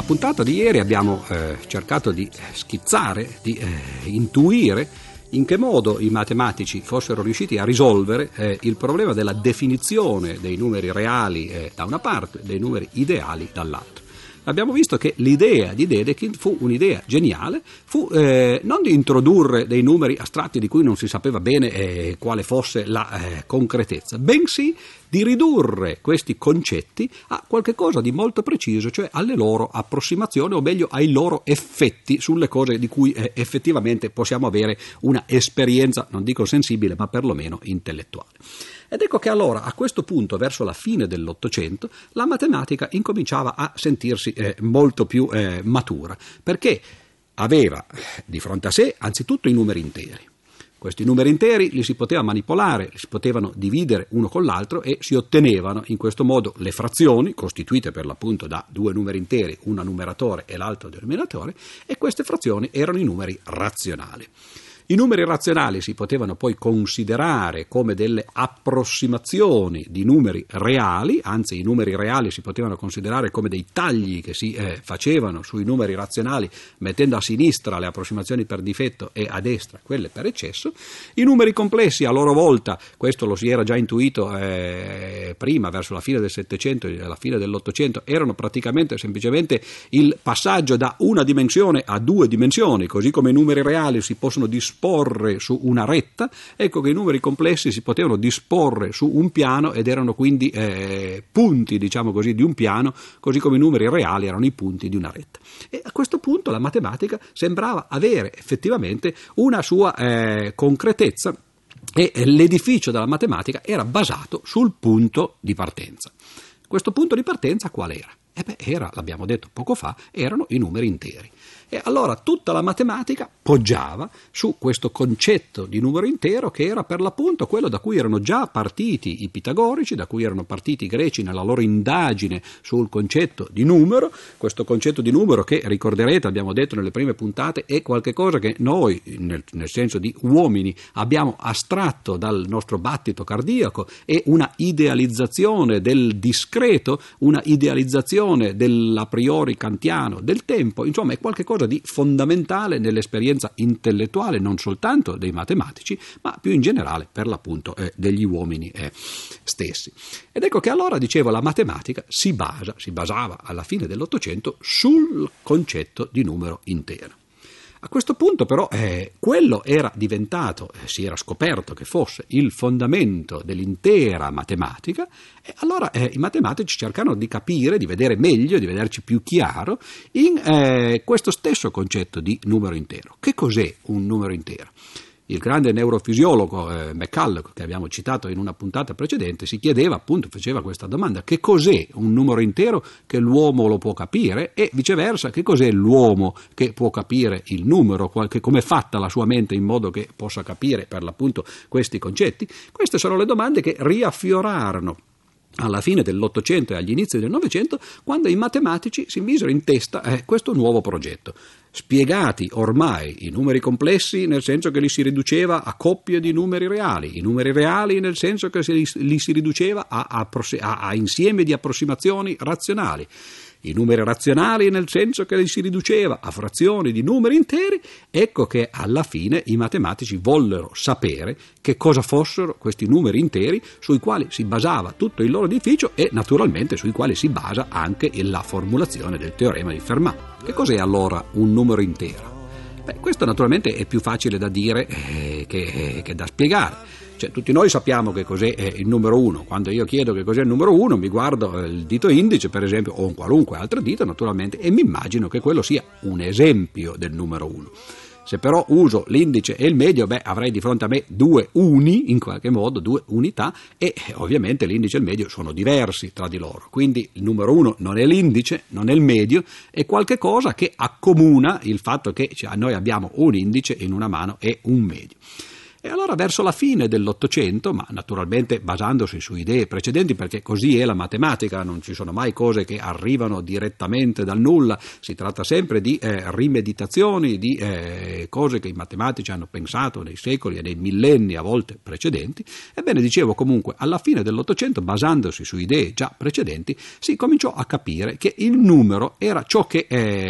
puntata di ieri abbiamo cercato di schizzare, di intuire in che modo i matematici fossero riusciti a risolvere il problema della definizione dei numeri reali da una parte, dei numeri ideali dall'altra. Abbiamo visto che l'idea di Dedekind fu un'idea geniale, fu non di introdurre dei numeri astratti di cui non si sapeva bene quale fosse la concretezza, bensì di ridurre questi concetti a qualche cosa di molto preciso, cioè alle loro approssimazioni, o meglio ai loro effetti sulle cose di cui effettivamente possiamo avere una esperienza, non dico sensibile, ma perlomeno intellettuale. Ed ecco che allora a questo punto, verso la fine dell'Ottocento, la matematica incominciava a sentirsi molto più matura, perché aveva di fronte a sé anzitutto i numeri interi. Questi numeri interi li si poteva manipolare, li si potevano dividere uno con l'altro e si ottenevano in questo modo le frazioni, costituite per l'appunto da due numeri interi, uno numeratore e l'altro denominatore, e queste frazioni erano i numeri razionali. I numeri razionali si potevano poi considerare come delle approssimazioni di numeri reali, anzi i numeri reali si potevano considerare come dei tagli che si facevano sui numeri razionali, mettendo a sinistra le approssimazioni per difetto e a destra quelle per eccesso. I numeri complessi a loro volta, questo lo si era già intuito prima, verso la fine del Settecento e la fine dell'Ottocento, erano praticamente semplicemente il passaggio da una dimensione a due dimensioni, così come i numeri reali si possono disporre su una retta, ecco che i numeri complessi si potevano disporre su un piano ed erano quindi punti, diciamo così, di un piano, così come i numeri reali erano i punti di una retta. E a questo punto la matematica sembrava avere effettivamente una sua concretezza, e l'edificio della matematica era basato sul punto di partenza. Questo punto di partenza qual era? L'abbiamo detto poco fa, erano i numeri interi. E allora tutta la matematica poggiava su questo concetto di numero intero, che era per l'appunto quello da cui erano già partiti i pitagorici, da cui erano partiti i greci nella loro indagine sul concetto di numero. Questo concetto di numero che, ricorderete, abbiamo detto nelle prime puntate, è qualcosa che noi, nel senso di uomini, abbiamo astratto dal nostro battito cardiaco, è una idealizzazione del discreto, una idealizzazione dell'a priori kantiano del tempo, insomma è qualcosa di fondamentale nell'esperienza intellettuale non soltanto dei matematici, ma più in generale per l'appunto degli uomini stessi. Ed ecco che allora, dicevo, la matematica si basava alla fine dell'Ottocento sul concetto di numero intero. A questo punto però quello era diventato, si era scoperto che fosse il fondamento dell'intera matematica, e allora i matematici cercano di capire, di vedere meglio, di vederci più chiaro in questo stesso concetto di numero intero. Che cos'è un numero intero? Il grande neurofisiologo McCulloch, che abbiamo citato in una puntata precedente, si chiedeva, appunto, faceva questa domanda: che cos'è un numero intero che l'uomo lo può capire, e viceversa, che cos'è l'uomo che può capire il numero, come è fatta la sua mente in modo che possa capire per l'appunto questi concetti? Queste sono le domande che riaffiorarono alla fine dell'Ottocento e agli inizi del Novecento, quando i matematici si misero in testa questo nuovo progetto. Spiegati ormai i numeri complessi, nel senso che li si riduceva a coppie di numeri reali, i numeri reali nel senso che li si riduceva a insieme di approssimazioni razionali, i numeri razionali nel senso che li si riduceva a frazioni di numeri interi. Ecco che alla fine i matematici vollero sapere che cosa fossero questi numeri interi sui quali si basava tutto il loro edificio e naturalmente sui quali si basa anche la formulazione del teorema di Fermat. Che cos'è allora un numero intero? Questo naturalmente è più facile da dire che da spiegare. Cioè, tutti noi sappiamo che cos'è il numero 1. Quando io chiedo che cos'è il numero 1, mi guardo il dito indice, per esempio, o un qualunque altro dito, naturalmente, e mi immagino che quello sia un esempio del numero 1. Se però uso l'indice e il medio, avrei di fronte a me due uni, in qualche modo, due unità, e ovviamente l'indice e il medio sono diversi tra di loro. Quindi il numero 1 non è l'indice, non è il medio, è qualche cosa che accomuna il fatto che noi abbiamo un indice in una mano e un medio. E allora verso la fine dell'Ottocento, ma naturalmente basandosi su idee precedenti, perché così è la matematica, non ci sono mai cose che arrivano direttamente dal nulla, si tratta sempre di rimeditazioni, di cose che i matematici hanno pensato nei secoli e nei millenni a volte precedenti. Ebbene, dicevo, comunque alla fine dell'Ottocento, basandosi su idee già precedenti, si cominciò a capire che il numero era ciò che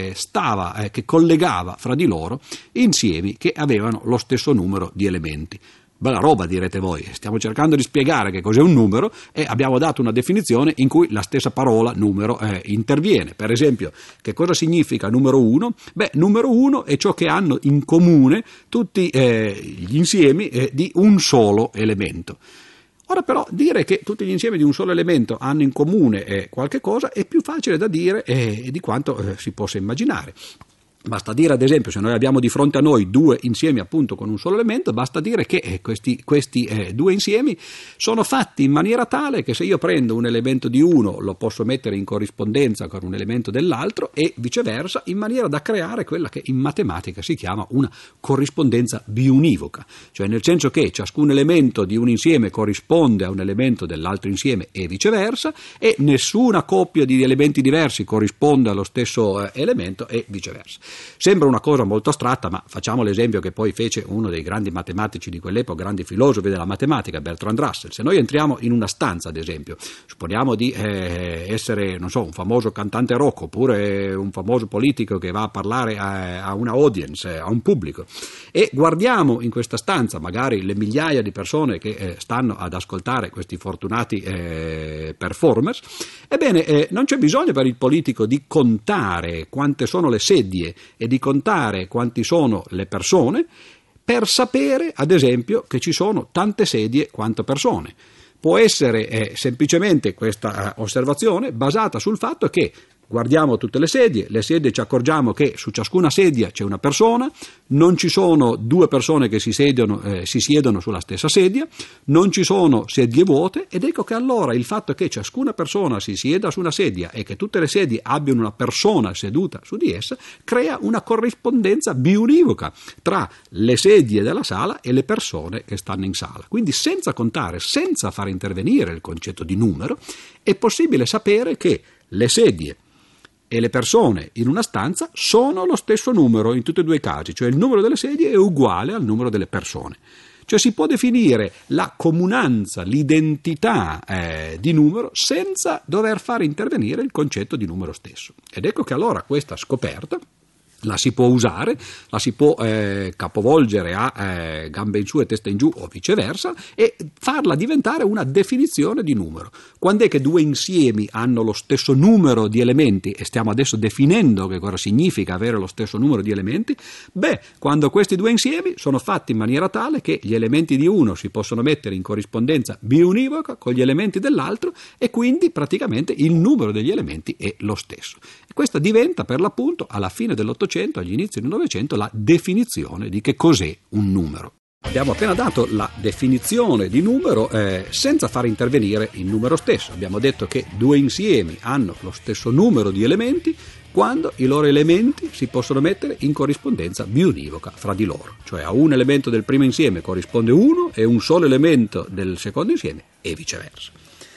che collegava fra di loro insiemi che avevano lo stesso numero di elementi. Bella roba, direte voi, stiamo cercando di spiegare che cos'è un numero e abbiamo dato una definizione in cui la stessa parola numero interviene. Per esempio, che cosa significa numero 1? Beh, numero 1 è ciò che hanno in comune tutti gli insiemi di un solo elemento. Ora però dire che tutti gli insiemi di un solo elemento hanno in comune qualche cosa è più facile da dire di quanto si possa immaginare. Basta dire, ad esempio, se noi abbiamo di fronte a noi due insiemi appunto con un solo elemento, basta dire che questi due insiemi sono fatti in maniera tale che se io prendo un elemento di uno lo posso mettere in corrispondenza con un elemento dell'altro e viceversa, in maniera da creare quella che in matematica si chiama una corrispondenza biunivoca, cioè nel senso che ciascun elemento di un insieme corrisponde a un elemento dell'altro insieme e viceversa, e nessuna coppia di elementi diversi corrisponde allo stesso elemento e viceversa. Sembra una cosa molto astratta, ma facciamo l'esempio che poi fece uno dei grandi matematici di quell'epoca, grandi filosofi della matematica, Bertrand Russell. Se noi entriamo in una stanza, ad esempio, supponiamo di essere, non so, un famoso cantante rock oppure un famoso politico che va a parlare a una audience, a un pubblico, e guardiamo in questa stanza magari le migliaia di persone che stanno ad ascoltare questi fortunati performers, ebbene non c'è bisogno per il politico di contare quante sono le sedie e di contare quanti sono le persone per sapere, ad esempio, che ci sono tante sedie quanto persone. Può essere semplicemente questa osservazione basata sul fatto che guardiamo tutte le sedie ci accorgiamo che su ciascuna sedia c'è una persona, non ci sono due persone che si siedono sulla stessa sedia, non ci sono sedie vuote, ed ecco che allora il fatto che ciascuna persona si sieda su una sedia e che tutte le sedie abbiano una persona seduta su di essa crea una corrispondenza biunivoca tra le sedie della sala e le persone che stanno in sala. Quindi senza contare, senza far intervenire il concetto di numero, è possibile sapere che le sedie e le persone in una stanza sono lo stesso numero in tutti e due i casi, cioè il numero delle sedie è uguale al numero delle persone. Cioè si può definire la comunanza, l'identità di numero senza dover far intervenire il concetto di numero stesso. Ed ecco che allora questa scoperta la si può usare, la si può capovolgere a gambe in su e testa in giù o viceversa e farla diventare una definizione di numero. Quando è che due insiemi hanno lo stesso numero di elementi, e stiamo adesso definendo che cosa significa avere lo stesso numero di elementi? Beh, quando questi due insiemi sono fatti in maniera tale che gli elementi di uno si possono mettere in corrispondenza biunivoca con gli elementi dell'altro e quindi praticamente il numero degli elementi è lo stesso. E questa diventa per l'appunto alla fine dell'Ottocento, agli inizi del Novecento, la definizione di che cos'è un numero. Abbiamo appena dato la definizione di numero senza far intervenire il numero stesso. Abbiamo detto che due insiemi hanno lo stesso numero di elementi quando i loro elementi si possono mettere in corrispondenza biunivoca fra di loro. Cioè a un elemento del primo insieme corrisponde uno e un solo elemento del secondo insieme e viceversa.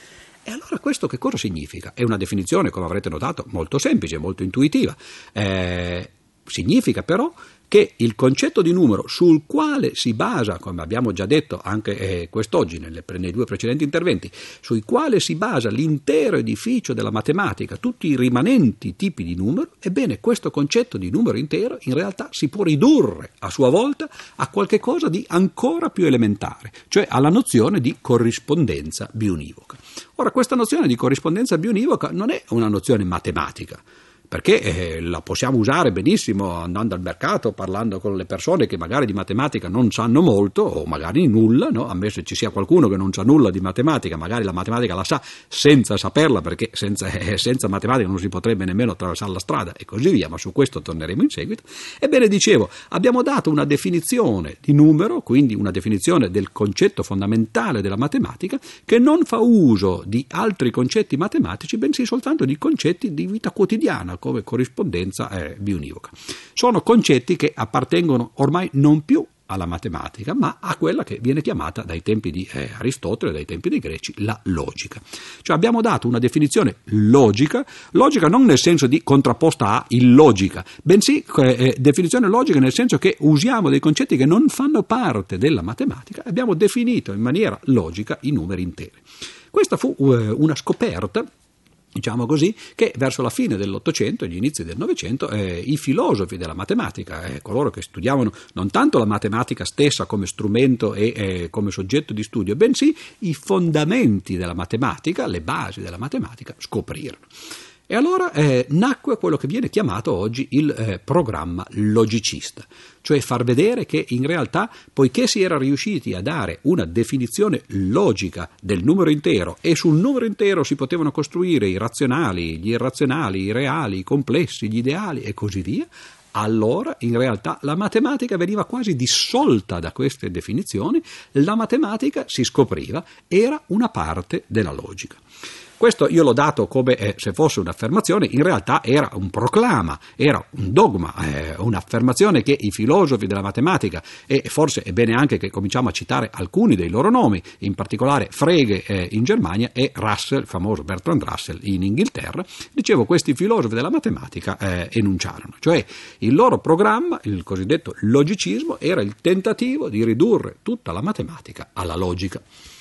E allora questo che cosa significa? È una definizione, come avrete notato, molto semplice, molto intuitiva. Significa però che il concetto di numero sul quale si basa, come abbiamo già detto anche quest'oggi nei due precedenti interventi, sui quali si basa l'intero edificio della matematica, tutti i rimanenti tipi di numero, ebbene questo concetto di numero intero in realtà si può ridurre a sua volta a qualche cosa di ancora più elementare, cioè alla nozione di corrispondenza biunivoca. Ora, questa nozione di corrispondenza biunivoca non è una nozione matematica, perché la possiamo usare benissimo andando al mercato, parlando con le persone che magari di matematica non sanno molto o magari nulla, no? Ammesso che ci sia qualcuno che non sa nulla di matematica, magari la matematica la sa senza saperla, perché senza matematica non si potrebbe nemmeno attraversare la strada e così via, ma su questo torneremo in seguito. Ebbene, dicevo, abbiamo dato una definizione di numero, quindi una definizione del concetto fondamentale della matematica, che non fa uso di altri concetti matematici, bensì soltanto di concetti di vita quotidiana, come corrispondenza biunivoca. Sono concetti che appartengono ormai non più alla matematica, ma a quella che viene chiamata dai tempi di Aristotele, dai tempi dei greci, la logica. Cioè abbiamo dato una definizione logica non nel senso di contrapposta a illogica, bensì definizione logica nel senso che usiamo dei concetti che non fanno parte della matematica e abbiamo definito in maniera logica i numeri interi. Questa fu una scoperta, diciamo così, che verso la fine dell'Ottocento e gli inizi del Novecento i filosofi della matematica, coloro che studiavano non tanto la matematica stessa come strumento e come soggetto di studio, bensì i fondamenti della matematica, le basi della matematica, scoprirono. E allora nacque quello che viene chiamato oggi il programma logicista, cioè far vedere che in realtà, poiché si era riusciti a dare una definizione logica del numero intero e sul numero intero si potevano costruire i razionali, gli irrazionali, i reali, i complessi, gli ideali e così via, allora in realtà la matematica veniva quasi dissolta da queste definizioni, la matematica si scopriva era una parte della logica. Questo io l'ho dato come se fosse un'affermazione, in realtà era un proclama, era un dogma, un'affermazione che i filosofi della matematica, e forse è bene anche che cominciamo a citare alcuni dei loro nomi, in particolare Frege in Germania e Russell, il famoso Bertrand Russell in Inghilterra, dicevo questi filosofi della matematica enunciarono, cioè il loro programma, il cosiddetto logicismo, era il tentativo di ridurre tutta la matematica alla logica.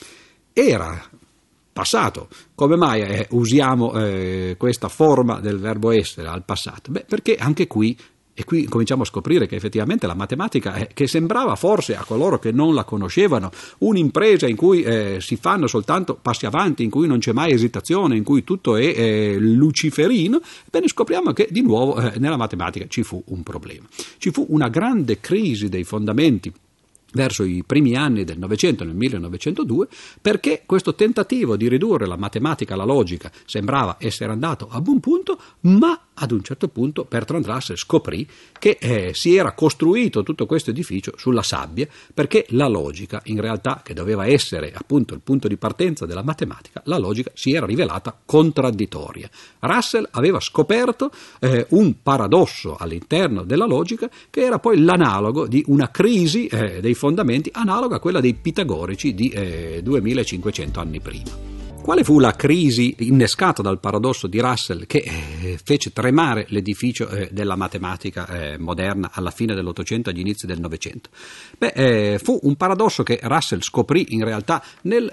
Era passato. Come mai usiamo questa forma del verbo essere al passato? Beh, perché anche qui, e qui cominciamo a scoprire che effettivamente la matematica, che sembrava forse a coloro che non la conoscevano un'impresa in cui si fanno soltanto passi avanti, in cui non c'è mai esitazione, in cui tutto è luciferino, ebbene scopriamo che di nuovo nella matematica ci fu un problema. Ci fu una grande crisi dei fondamenti verso i primi anni del Novecento, nel 1902, perché questo tentativo di ridurre la matematica alla logica sembrava essere andato a buon punto, ma ad un certo punto Bertrand Russell scoprì che si era costruito tutto questo edificio sulla sabbia, perché la logica, in realtà, che doveva essere appunto il punto di partenza della matematica, la logica si era rivelata contraddittoria. Russell aveva scoperto un paradosso all'interno della logica che era poi l'analogo di una crisi dei fondamenti, analoga a quella dei pitagorici di 2500 anni prima. Quale fu la crisi innescata dal paradosso di Russell che fece tremare l'edificio della matematica moderna alla fine dell'Ottocento e agli inizi del Novecento? Beh, fu un paradosso che Russell scoprì in realtà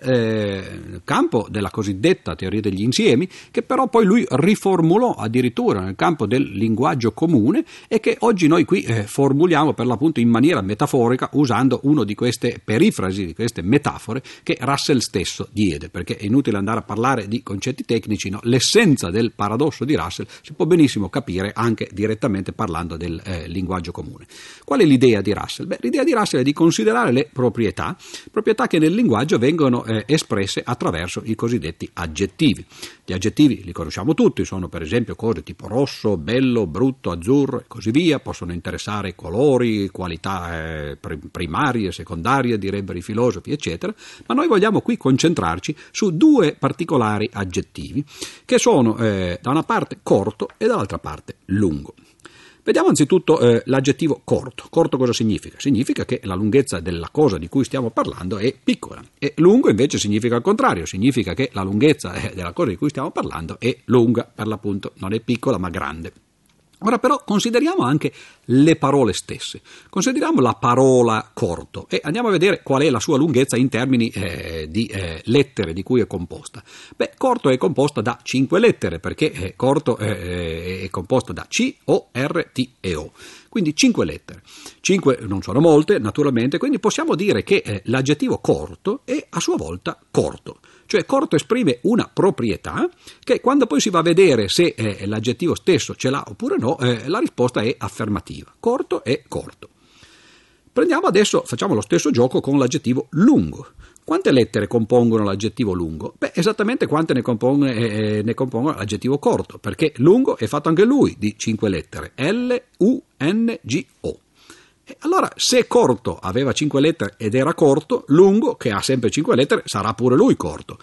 nel campo della cosiddetta teoria degli insiemi, che però poi lui riformulò addirittura nel campo del linguaggio comune e che oggi noi qui formuliamo per l'appunto in maniera metaforica usando uno di queste perifrasi, di queste metafore che Russell stesso diede, perché è inutile andare a parlare di concetti tecnici, no? L'essenza del paradosso di Russell si può benissimo capire anche direttamente parlando del linguaggio comune. Qual è l'idea di Russell? Beh, l'idea di Russell è di considerare le proprietà che nel linguaggio vengono espresse attraverso i cosiddetti aggettivi. Gli aggettivi li conosciamo tutti, sono per esempio cose tipo rosso, bello, brutto, azzurro e così via, possono interessare colori, qualità primarie, secondarie, direbbero i filosofi, eccetera, ma noi vogliamo qui concentrarci su due particolari aggettivi che sono da una parte corto e dall'altra parte lungo. Vediamo anzitutto l'aggettivo corto. Corto cosa significa? Significa che la lunghezza della cosa di cui stiamo parlando è piccola, e lungo invece significa il contrario, significa che la lunghezza della cosa di cui stiamo parlando è lunga, per l'appunto non è piccola ma grande. Ora però consideriamo anche le parole stesse, consideriamo la parola corto e andiamo a vedere qual è la sua lunghezza in termini di lettere di cui è composta. Beh, corto è composta da 5 lettere perché corto è composto da C, O, R, T e O. Quindi 5 lettere. 5 non sono molte, naturalmente, quindi possiamo dire che l'aggettivo corto è a sua volta corto. Cioè corto esprime una proprietà che quando poi si va a vedere se l'aggettivo stesso ce l'ha oppure no, la risposta è affermativa. Corto è corto. Prendiamo adesso, facciamo lo stesso gioco con l'aggettivo lungo. Quante lettere compongono l'aggettivo lungo? Beh, esattamente quante ne compongono l'aggettivo corto, perché lungo è fatto anche lui di 5 lettere, L, U, N, G, O. E allora, se corto aveva 5 lettere ed era corto, lungo, che ha sempre 5 lettere, sarà pure lui corto.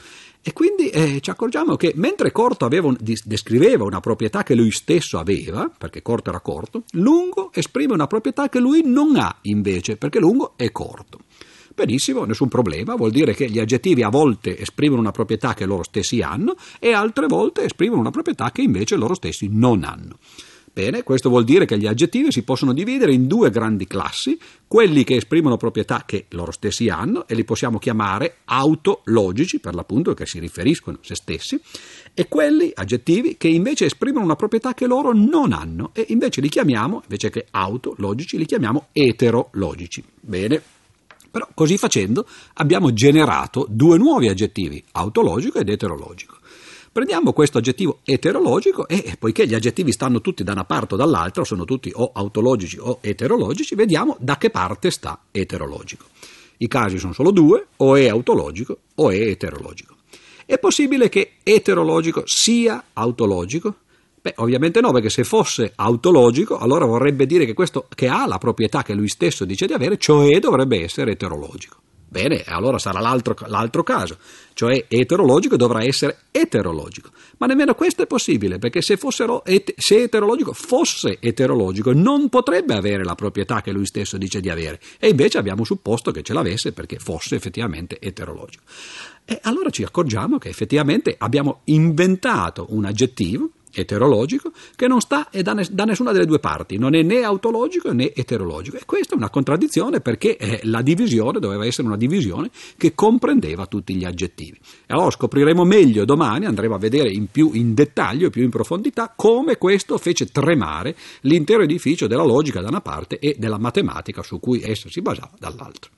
E quindi ci accorgiamo che mentre corto descriveva una proprietà che lui stesso aveva, perché corto era corto, lungo esprime una proprietà che lui non ha invece, perché lungo è corto. Benissimo, nessun problema, vuol dire che gli aggettivi a volte esprimono una proprietà che loro stessi hanno e altre volte esprimono una proprietà che invece loro stessi non hanno. Bene, questo vuol dire che gli aggettivi si possono dividere in due grandi classi, quelli che esprimono proprietà che loro stessi hanno e li possiamo chiamare autologici, per l'appunto, che si riferiscono a se stessi, e quelli aggettivi che invece esprimono una proprietà che loro non hanno e invece li chiamiamo, invece che autologici, li chiamiamo eterologici. Bene. Però così facendo abbiamo generato due nuovi aggettivi, autologico ed eterologico. Prendiamo questo aggettivo eterologico e poiché gli aggettivi stanno tutti da una parte o dall'altra, sono tutti o autologici o eterologici, vediamo da che parte sta eterologico. I casi sono solo due, o è autologico o è eterologico. È possibile che eterologico sia autologico? Beh, ovviamente no, perché se fosse autologico, allora vorrebbe dire che questo che ha la proprietà che lui stesso dice di avere, cioè dovrebbe essere eterologico. Bene, allora sarà l'altro caso, cioè eterologico dovrà essere eterologico. Ma nemmeno questo è possibile, perché se eterologico fosse eterologico, non potrebbe avere la proprietà che lui stesso dice di avere. E invece abbiamo supposto che ce l'avesse perché fosse effettivamente eterologico. E allora ci accorgiamo che effettivamente abbiamo inventato un aggettivo eterologico che non sta da nessuna delle due parti, non è né autologico né eterologico, e questa è una contraddizione perché la divisione doveva essere una divisione che comprendeva tutti gli aggettivi. E allora scopriremo meglio domani, andremo a vedere più in dettaglio e più in profondità come questo fece tremare l'intero edificio della logica da una parte e della matematica su cui essa si basava dall'altra.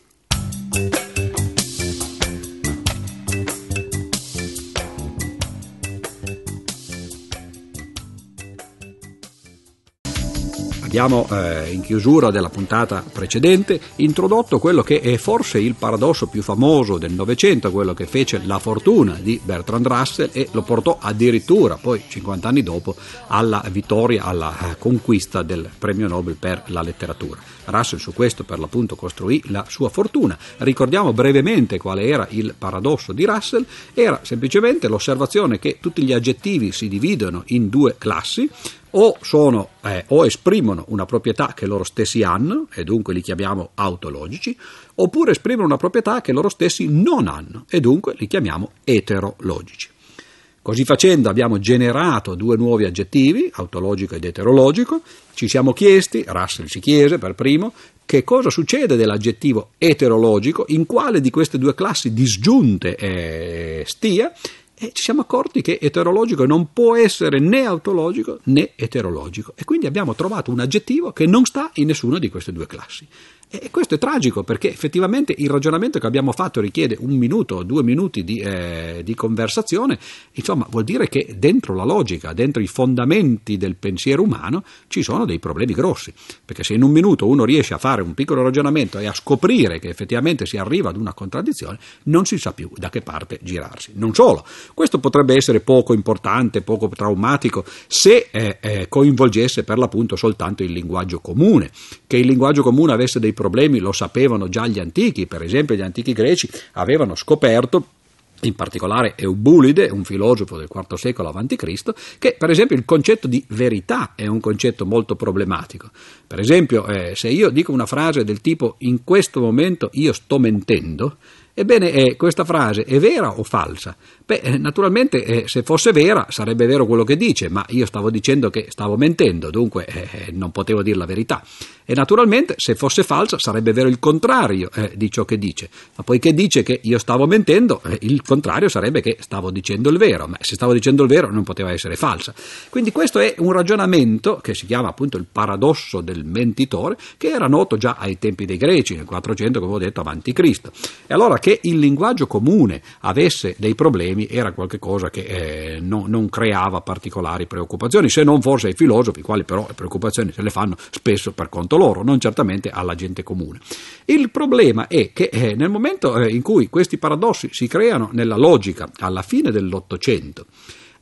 Abbiamo in chiusura della puntata precedente introdotto quello che è forse il paradosso più famoso del Novecento, quello che fece la fortuna di Bertrand Russell e lo portò addirittura poi 50 anni dopo alla vittoria, alla conquista del premio Nobel per la letteratura. Russell su questo per l'appunto costruì la sua fortuna. Ricordiamo brevemente quale era il paradosso di Russell. Era semplicemente l'osservazione che tutti gli aggettivi si dividono in due classi, o esprimono una proprietà che loro stessi hanno e dunque li chiamiamo autologici, oppure esprimono una proprietà che loro stessi non hanno e dunque li chiamiamo eterologici. Così facendo abbiamo generato due nuovi aggettivi, autologico ed eterologico. Ci siamo chiesti, Russell si chiese per primo, che cosa succede dell'aggettivo eterologico, in quale di queste due classi disgiunte stia, e ci siamo accorti che eterologico non può essere né autologico né eterologico, e quindi abbiamo trovato un aggettivo che non sta in nessuna di queste due classi. E questo è tragico perché effettivamente il ragionamento che abbiamo fatto richiede 1 minuto o 2 minuti di conversazione. Insomma, vuol dire che dentro la logica, dentro i fondamenti del pensiero umano ci sono dei problemi grossi, perché se in 1 minuto uno riesce a fare un piccolo ragionamento e a scoprire che effettivamente si arriva ad una contraddizione, non si sa più da che parte girarsi. Non solo, questo potrebbe essere poco importante, poco traumatico se coinvolgesse per l'appunto soltanto il linguaggio comune. Che il linguaggio comune avesse dei problemi lo sapevano già gli antichi. Per esempio gli antichi greci avevano scoperto, in particolare Eubulide, un filosofo del IV secolo a.C., che per esempio il concetto di verità è un concetto molto problematico. Per esempio se io dico una frase del tipo in questo momento io sto mentendo, ebbene questa frase è vera o falsa? Beh, naturalmente se fosse vera sarebbe vero quello che dice, ma io stavo dicendo che stavo mentendo, dunque non potevo dire la verità. E naturalmente se fosse falsa sarebbe vero il contrario di ciò che dice, ma poiché dice che io stavo mentendo, il contrario sarebbe che stavo dicendo il vero, ma se stavo dicendo il vero non poteva essere falsa. Quindi questo è un ragionamento che si chiama appunto il paradosso del mentitore, che era noto già ai tempi dei greci, nel 400, come ho detto, avanti Cristo. E allora che il linguaggio comune avesse dei problemi era qualcosa che non creava particolari preoccupazioni, se non forse ai filosofi, i quali però le preoccupazioni se le fanno spesso per conto loro, non certamente alla gente comune. Il problema è che nel momento in cui questi paradossi si creano nella logica alla fine dell'Ottocento,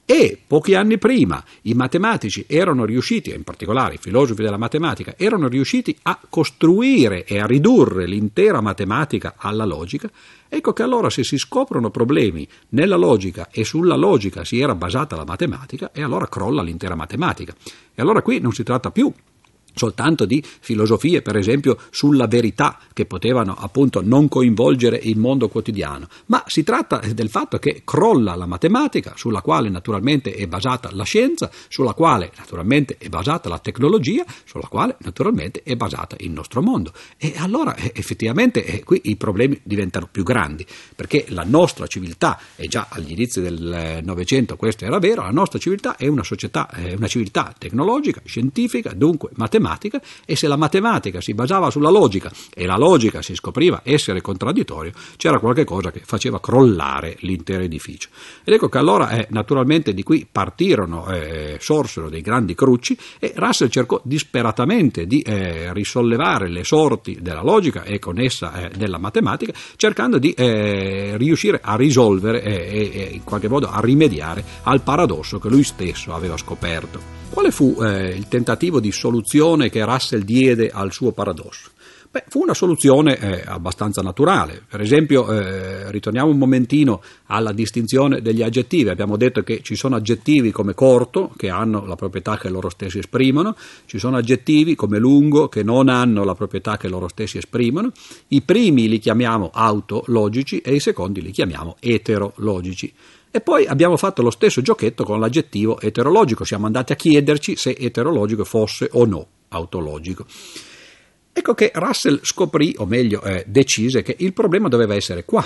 E pochi anni prima i matematici erano riusciti, in particolare i filosofi della matematica, erano riusciti a costruire e a ridurre l'intera matematica alla logica, ecco che allora se si scoprono problemi nella logica e sulla logica si era basata la matematica, e allora crolla l'intera matematica. E allora qui non si tratta più soltanto di filosofie, per esempio, sulla verità, che potevano appunto non coinvolgere il mondo quotidiano, ma si tratta del fatto che crolla la matematica, sulla quale naturalmente è basata la scienza, sulla quale naturalmente è basata la tecnologia, sulla quale naturalmente è basata il nostro mondo. E allora effettivamente qui i problemi diventano più grandi, perché la nostra civiltà, e già agli inizi del Novecento questo era vero, la nostra civiltà è una società, una civiltà tecnologica, scientifica, dunque matematica, e se la matematica si basava sulla logica e la logica si scopriva essere contraddittorio, c'era qualche cosa che faceva crollare l'intero edificio. Ed ecco che allora naturalmente di qui partirono, sorsero dei grandi crucci, e Russell cercò disperatamente di risollevare le sorti della logica e con essa della matematica, cercando di riuscire a risolvere e in qualche modo a rimediare al paradosso che lui stesso aveva scoperto. Quale fu il tentativo di soluzione che Russell diede al suo paradosso? Beh, fu una soluzione abbastanza naturale. Per esempio, ritorniamo un momentino alla distinzione degli aggettivi. Abbiamo detto che ci sono aggettivi come corto, che hanno la proprietà che loro stessi esprimono, ci sono aggettivi come lungo, che non hanno la proprietà che loro stessi esprimono. I primi li chiamiamo autologici e i secondi li chiamiamo eterologici. E poi abbiamo fatto lo stesso giochetto con l'aggettivo eterologico, siamo andati a chiederci se eterologico fosse o no autologico. Ecco che Russell scoprì, o meglio decise, che il problema doveva essere qua,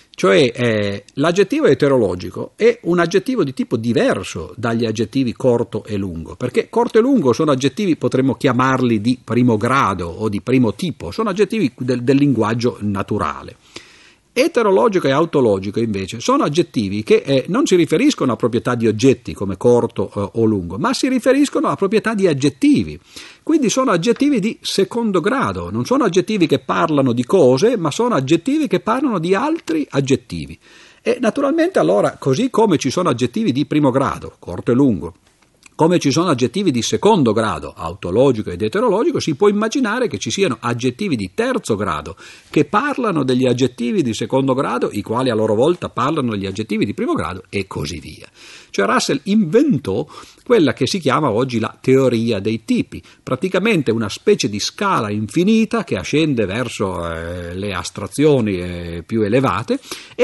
cioè l'aggettivo eterologico è un aggettivo di tipo diverso dagli aggettivi corto e lungo, perché corto e lungo sono aggettivi, potremmo chiamarli di primo grado o di primo tipo, sono aggettivi del linguaggio naturale. Eterologico e autologico invece sono aggettivi che non si riferiscono a proprietà di oggetti come corto o lungo, ma si riferiscono a proprietà di aggettivi. Quindi sono aggettivi di secondo grado, non sono aggettivi che parlano di cose, ma sono aggettivi che parlano di altri aggettivi. E naturalmente allora, così come ci sono aggettivi di primo grado, corto e lungo, come ci sono aggettivi di secondo grado, autologico ed eterologico, si può immaginare che ci siano aggettivi di terzo grado che parlano degli aggettivi di secondo grado, i quali a loro volta parlano degli aggettivi di primo grado e così via. Cioè Russell inventò quella che si chiama oggi la teoria dei tipi, praticamente una specie di scala infinita che ascende verso le astrazioni più elevate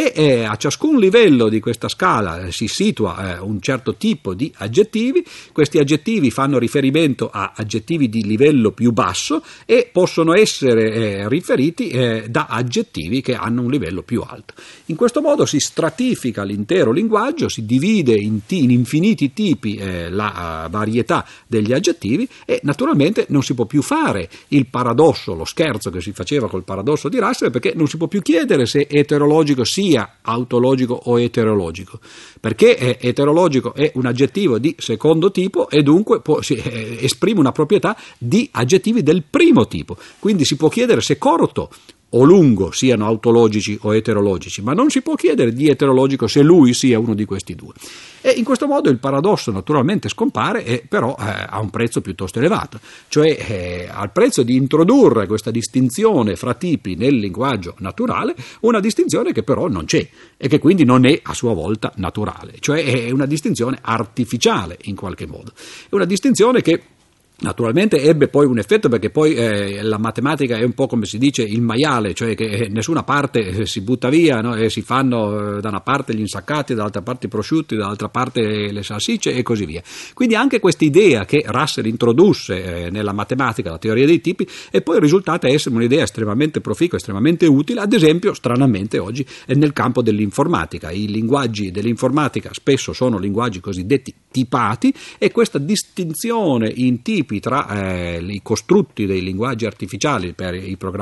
e a ciascun livello di questa scala si situa un certo tipo di aggettivi. Questi aggettivi fanno riferimento a aggettivi di livello più basso e possono essere riferiti da aggettivi che hanno un livello più alto. In questo modo si stratifica l'intero linguaggio, si divide in infiniti tipi la varietà degli aggettivi e naturalmente non si può più fare il paradosso, lo scherzo che si faceva col paradosso di Russell, perché non si può più chiedere se eterologico sia autologico o eterologico, perché eterologico è un aggettivo di secondo tipo e dunque esprime una proprietà di aggettivi del primo tipo, quindi si può chiedere se corto o lungo siano autologici o eterologici, ma non si può chiedere di eterologico se lui sia uno di questi due. E in questo modo il paradosso naturalmente scompare, però a un prezzo piuttosto elevato, cioè al prezzo di introdurre questa distinzione fra tipi nel linguaggio naturale, una distinzione che però non c'è e che quindi non è a sua volta naturale, cioè è una distinzione artificiale in qualche modo, è una distinzione che naturalmente ebbe poi un effetto, perché poi la matematica è un po' come si dice il maiale, cioè che nessuna parte si butta via, no? E si fanno da una parte gli insaccati, dall'altra parte i prosciutti, dall'altra parte le salsicce e così via. Quindi anche questa idea che Russell introdusse nella matematica, la teoria dei tipi, è poi risultata essere un'idea estremamente proficua, estremamente utile, ad esempio stranamente oggi nel campo dell'informatica. I linguaggi dell'informatica spesso sono linguaggi cosiddetti tipati e questa distinzione in tipi principi, tra i costrutti dei linguaggi artificiali per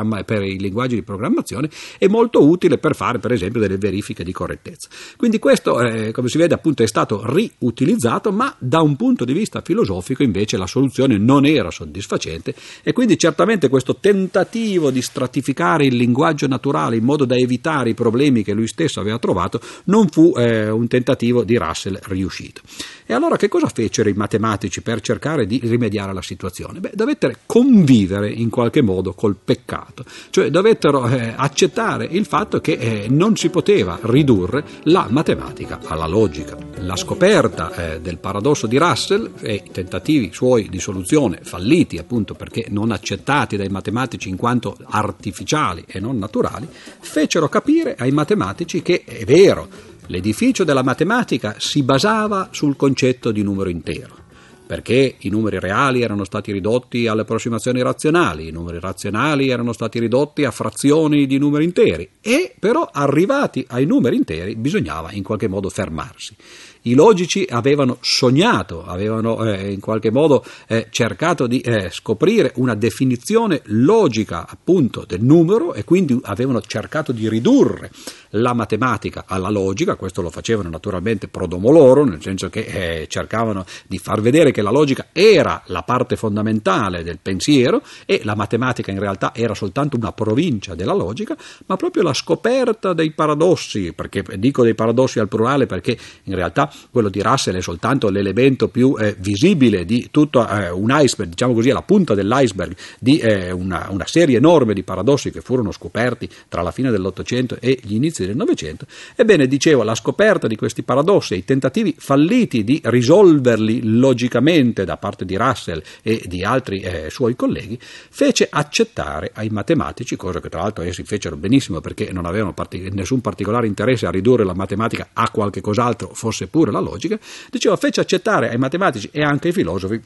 i linguaggi di programmazione è molto utile per fare per esempio delle verifiche di correttezza. Quindi questo, come si vede, appunto è stato riutilizzato, ma da un punto di vista filosofico invece la soluzione non era soddisfacente, e quindi certamente questo tentativo di stratificare il linguaggio naturale in modo da evitare i problemi che lui stesso aveva trovato non fu un tentativo di Russell riuscito. E allora che cosa fecero i matematici per cercare di rimediare alla situazione? Dovettero convivere in qualche modo col peccato, cioè dovettero accettare il fatto che non si poteva ridurre la matematica alla logica. La scoperta del paradosso di Russell e i tentativi suoi di soluzione falliti, appunto perché non accettati dai matematici in quanto artificiali e non naturali, fecero capire ai matematici che è vero, l'edificio della matematica si basava sul concetto di numero intero, perché i numeri reali erano stati ridotti alle approssimazioni razionali, i numeri razionali erano stati ridotti a frazioni di numeri interi, e però arrivati ai numeri interi bisognava in qualche modo fermarsi. I logici avevano sognato, avevano in qualche modo cercato di scoprire una definizione logica appunto del numero, e quindi avevano cercato di ridurre la matematica alla logica. Questo lo facevano naturalmente pro domo loro, nel senso che cercavano di far vedere che la logica era la parte fondamentale del pensiero e la matematica in realtà era soltanto una provincia della logica. Ma proprio la scoperta dei paradossi, perché dico dei paradossi al plurale perché in realtà quello di Russell è soltanto l'elemento più visibile di tutto un iceberg, diciamo così, la punta dell'iceberg di una serie enorme di paradossi che furono scoperti tra la fine dell'Ottocento e gli inizi del Novecento. Ebbene, dicevo, la scoperta di questi paradossi e i tentativi falliti di risolverli logicamente da parte di Russell e di altri suoi colleghi fece accettare ai matematici, cosa che tra l'altro essi fecero benissimo perché non avevano nessun particolare interesse a ridurre la matematica a qualche cos'altro, fosse pure la logica, fece accettare ai matematici e anche ai filosofi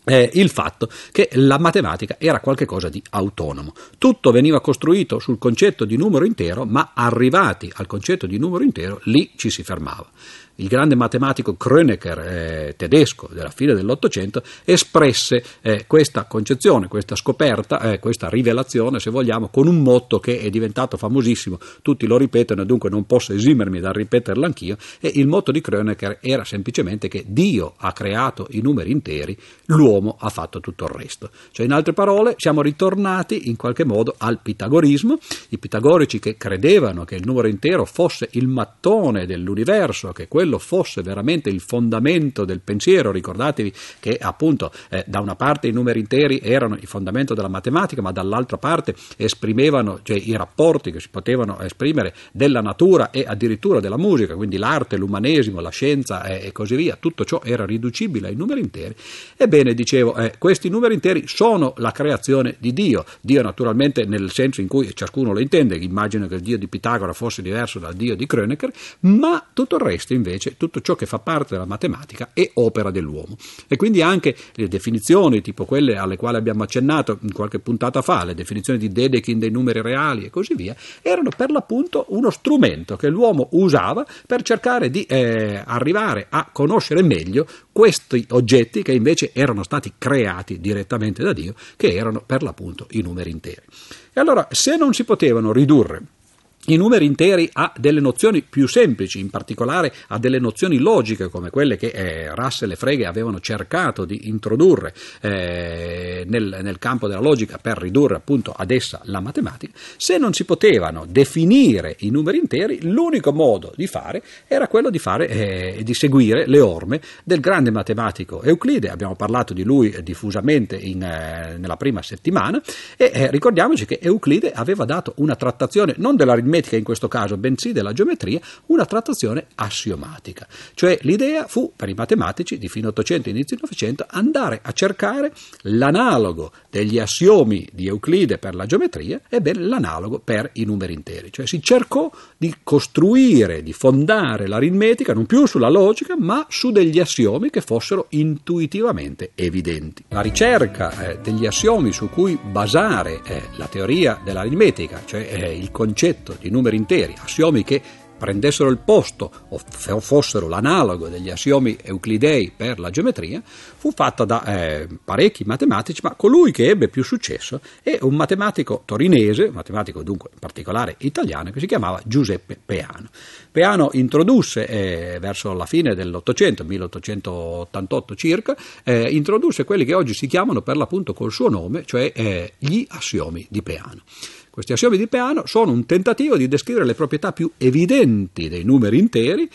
il fatto che la matematica era qualcosa di autonomo. Tutto veniva costruito sul concetto di numero intero, ma arrivati al concetto di numero intero lì ci si fermava. Il grande matematico Kronecker tedesco della fine dell'Ottocento espresse questa concezione, questa scoperta, questa rivelazione, se vogliamo, con un motto che è diventato famosissimo, tutti lo ripetono e dunque non posso esimermi dal ripeterlo anch'io, e il motto di Kronecker era semplicemente che Dio ha creato i numeri interi, l'uomo ha fatto tutto il resto. Cioè, in altre parole, siamo ritornati in qualche modo al pitagorismo, i pitagorici che credevano che il numero intero fosse il mattone dell'universo, che quello fosse veramente il fondamento del pensiero. Ricordatevi che appunto da una parte i numeri interi erano il fondamento della matematica, ma dall'altra parte esprimevano, cioè, i rapporti che si potevano esprimere della natura e addirittura della musica, quindi l'arte, l'umanesimo, la scienza e così via, tutto ciò era riducibile ai numeri interi. Ebbene, dicevo, questi numeri interi sono la creazione di Dio naturalmente nel senso in cui ciascuno lo intende. Immagino che il Dio di Pitagora fosse diverso dal Dio di Kronecker, ma tutto il resto invece, tutto ciò che fa parte della matematica è opera dell'uomo, e quindi anche le definizioni tipo quelle alle quali abbiamo accennato in qualche puntata fa, le definizioni di Dedekind dei numeri reali e così via, erano per l'appunto uno strumento che l'uomo usava per cercare di arrivare a conoscere meglio questi oggetti che invece erano stati creati direttamente da Dio, che erano per l'appunto i numeri interi. E allora, se non si potevano ridurre i numeri interi a delle nozioni più semplici, in particolare a delle nozioni logiche come quelle che Russell e Frege avevano cercato di introdurre nel campo della logica per ridurre appunto ad essa la matematica. Se non si potevano definire i numeri interi, l'unico modo di fare era quello di seguire le orme del grande matematico Euclide. Abbiamo parlato di lui diffusamente nella prima settimana, e ricordiamoci che Euclide aveva dato una trattazione non dell'aritmetica in questo caso, bensì della geometria, una trattazione assiomatica. Cioè l'idea fu per i matematici di fine 800 e inizio 900 andare a cercare l'analogo degli assiomi di Euclide per la geometria e l'analogo per i numeri interi. Cioè si cercò di costruire, di fondare l'aritmetica non più sulla logica ma su degli assiomi che fossero intuitivamente evidenti. La ricerca degli assiomi su cui basare la teoria dell'aritmetica, cioè il concetto di numeri interi, assiomi che prendessero il posto o fossero l'analogo degli assiomi euclidei per la geometria fu fatta da parecchi matematici, ma colui che ebbe più successo è un matematico torinese, un matematico dunque in particolare italiano, che si chiamava Giuseppe Peano. Peano introdusse verso la fine dell'Ottocento, 1888 circa, introdusse quelli che oggi si chiamano per l'appunto col suo nome, cioè gli assiomi di Peano. Questi assiomi di Peano sono un tentativo di descrivere le proprietà più evidenti dei numeri interi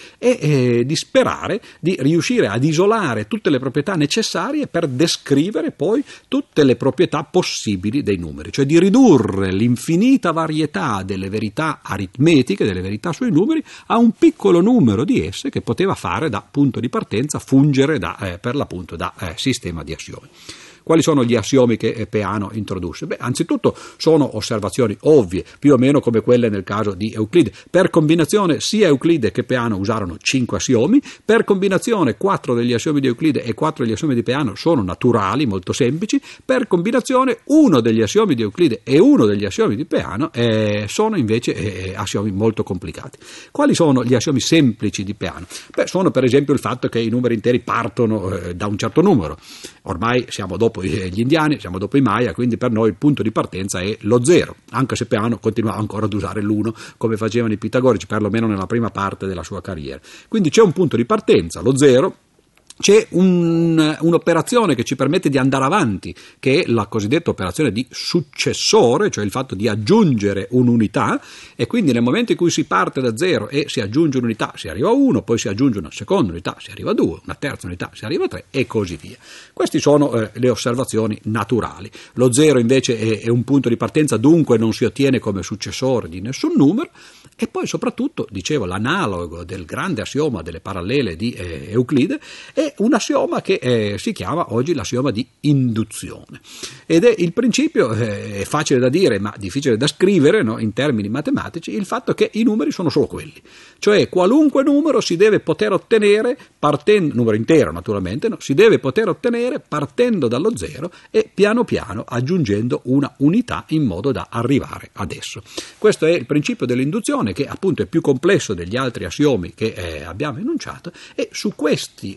e di sperare di riuscire ad isolare tutte le proprietà necessarie per descrivere poi tutte le proprietà possibili dei numeri, cioè di ridurre l'infinita varietà delle verità aritmetiche, delle verità sui numeri, a un piccolo numero di esse che poteva fare da punto di partenza, fungere per l'appunto da sistema di assiomi. Quali sono gli assiomi che Peano introdusse? Anzitutto sono osservazioni ovvie, più o meno come quelle nel caso di Euclide. Per combinazione sia Euclide che Peano usarono 5 assiomi, per combinazione 4 degli assiomi di Euclide e 4 degli assiomi di Peano sono naturali, molto semplici, per combinazione uno degli assiomi di Euclide e uno degli assiomi di Peano sono invece assiomi molto complicati. Quali sono gli assiomi semplici di Peano? Sono per esempio il fatto che i numeri interi partono da un certo numero. Ormai siamo dopo gli indiani, siamo dopo i Maya, quindi per noi il punto di partenza è lo 0, anche se Peano continuava ancora ad usare l'1 come facevano i pitagorici, perlomeno nella prima parte della sua carriera. Quindi c'è un punto di partenza, lo 0. C'è un'operazione che ci permette di andare avanti, che è la cosiddetta operazione di successore, cioè il fatto di aggiungere un'unità, e quindi nel momento in cui si parte da 0 e si aggiunge un'unità si arriva a 1, poi si aggiunge una seconda unità si arriva a 2, una terza unità si arriva a 3 e così via. Queste sono le osservazioni naturali. Lo 0 invece è un punto di partenza, dunque non si ottiene come successore di nessun numero, e poi soprattutto, dicevo, l'analogo del grande assioma delle parallele di Euclide è un assioma che si chiama oggi l'assioma di induzione, ed è il principio, è facile da dire ma difficile da scrivere, no, in termini matematici, il fatto che i numeri sono solo quelli, cioè qualunque numero si deve poter ottenere partendo, numero intero naturalmente, no, si deve poter ottenere partendo dallo 0 e piano piano aggiungendo una unità in modo da arrivare ad esso. Questo è il principio dell'induzione, che appunto è più complesso degli altri assiomi che abbiamo enunciato, e su questi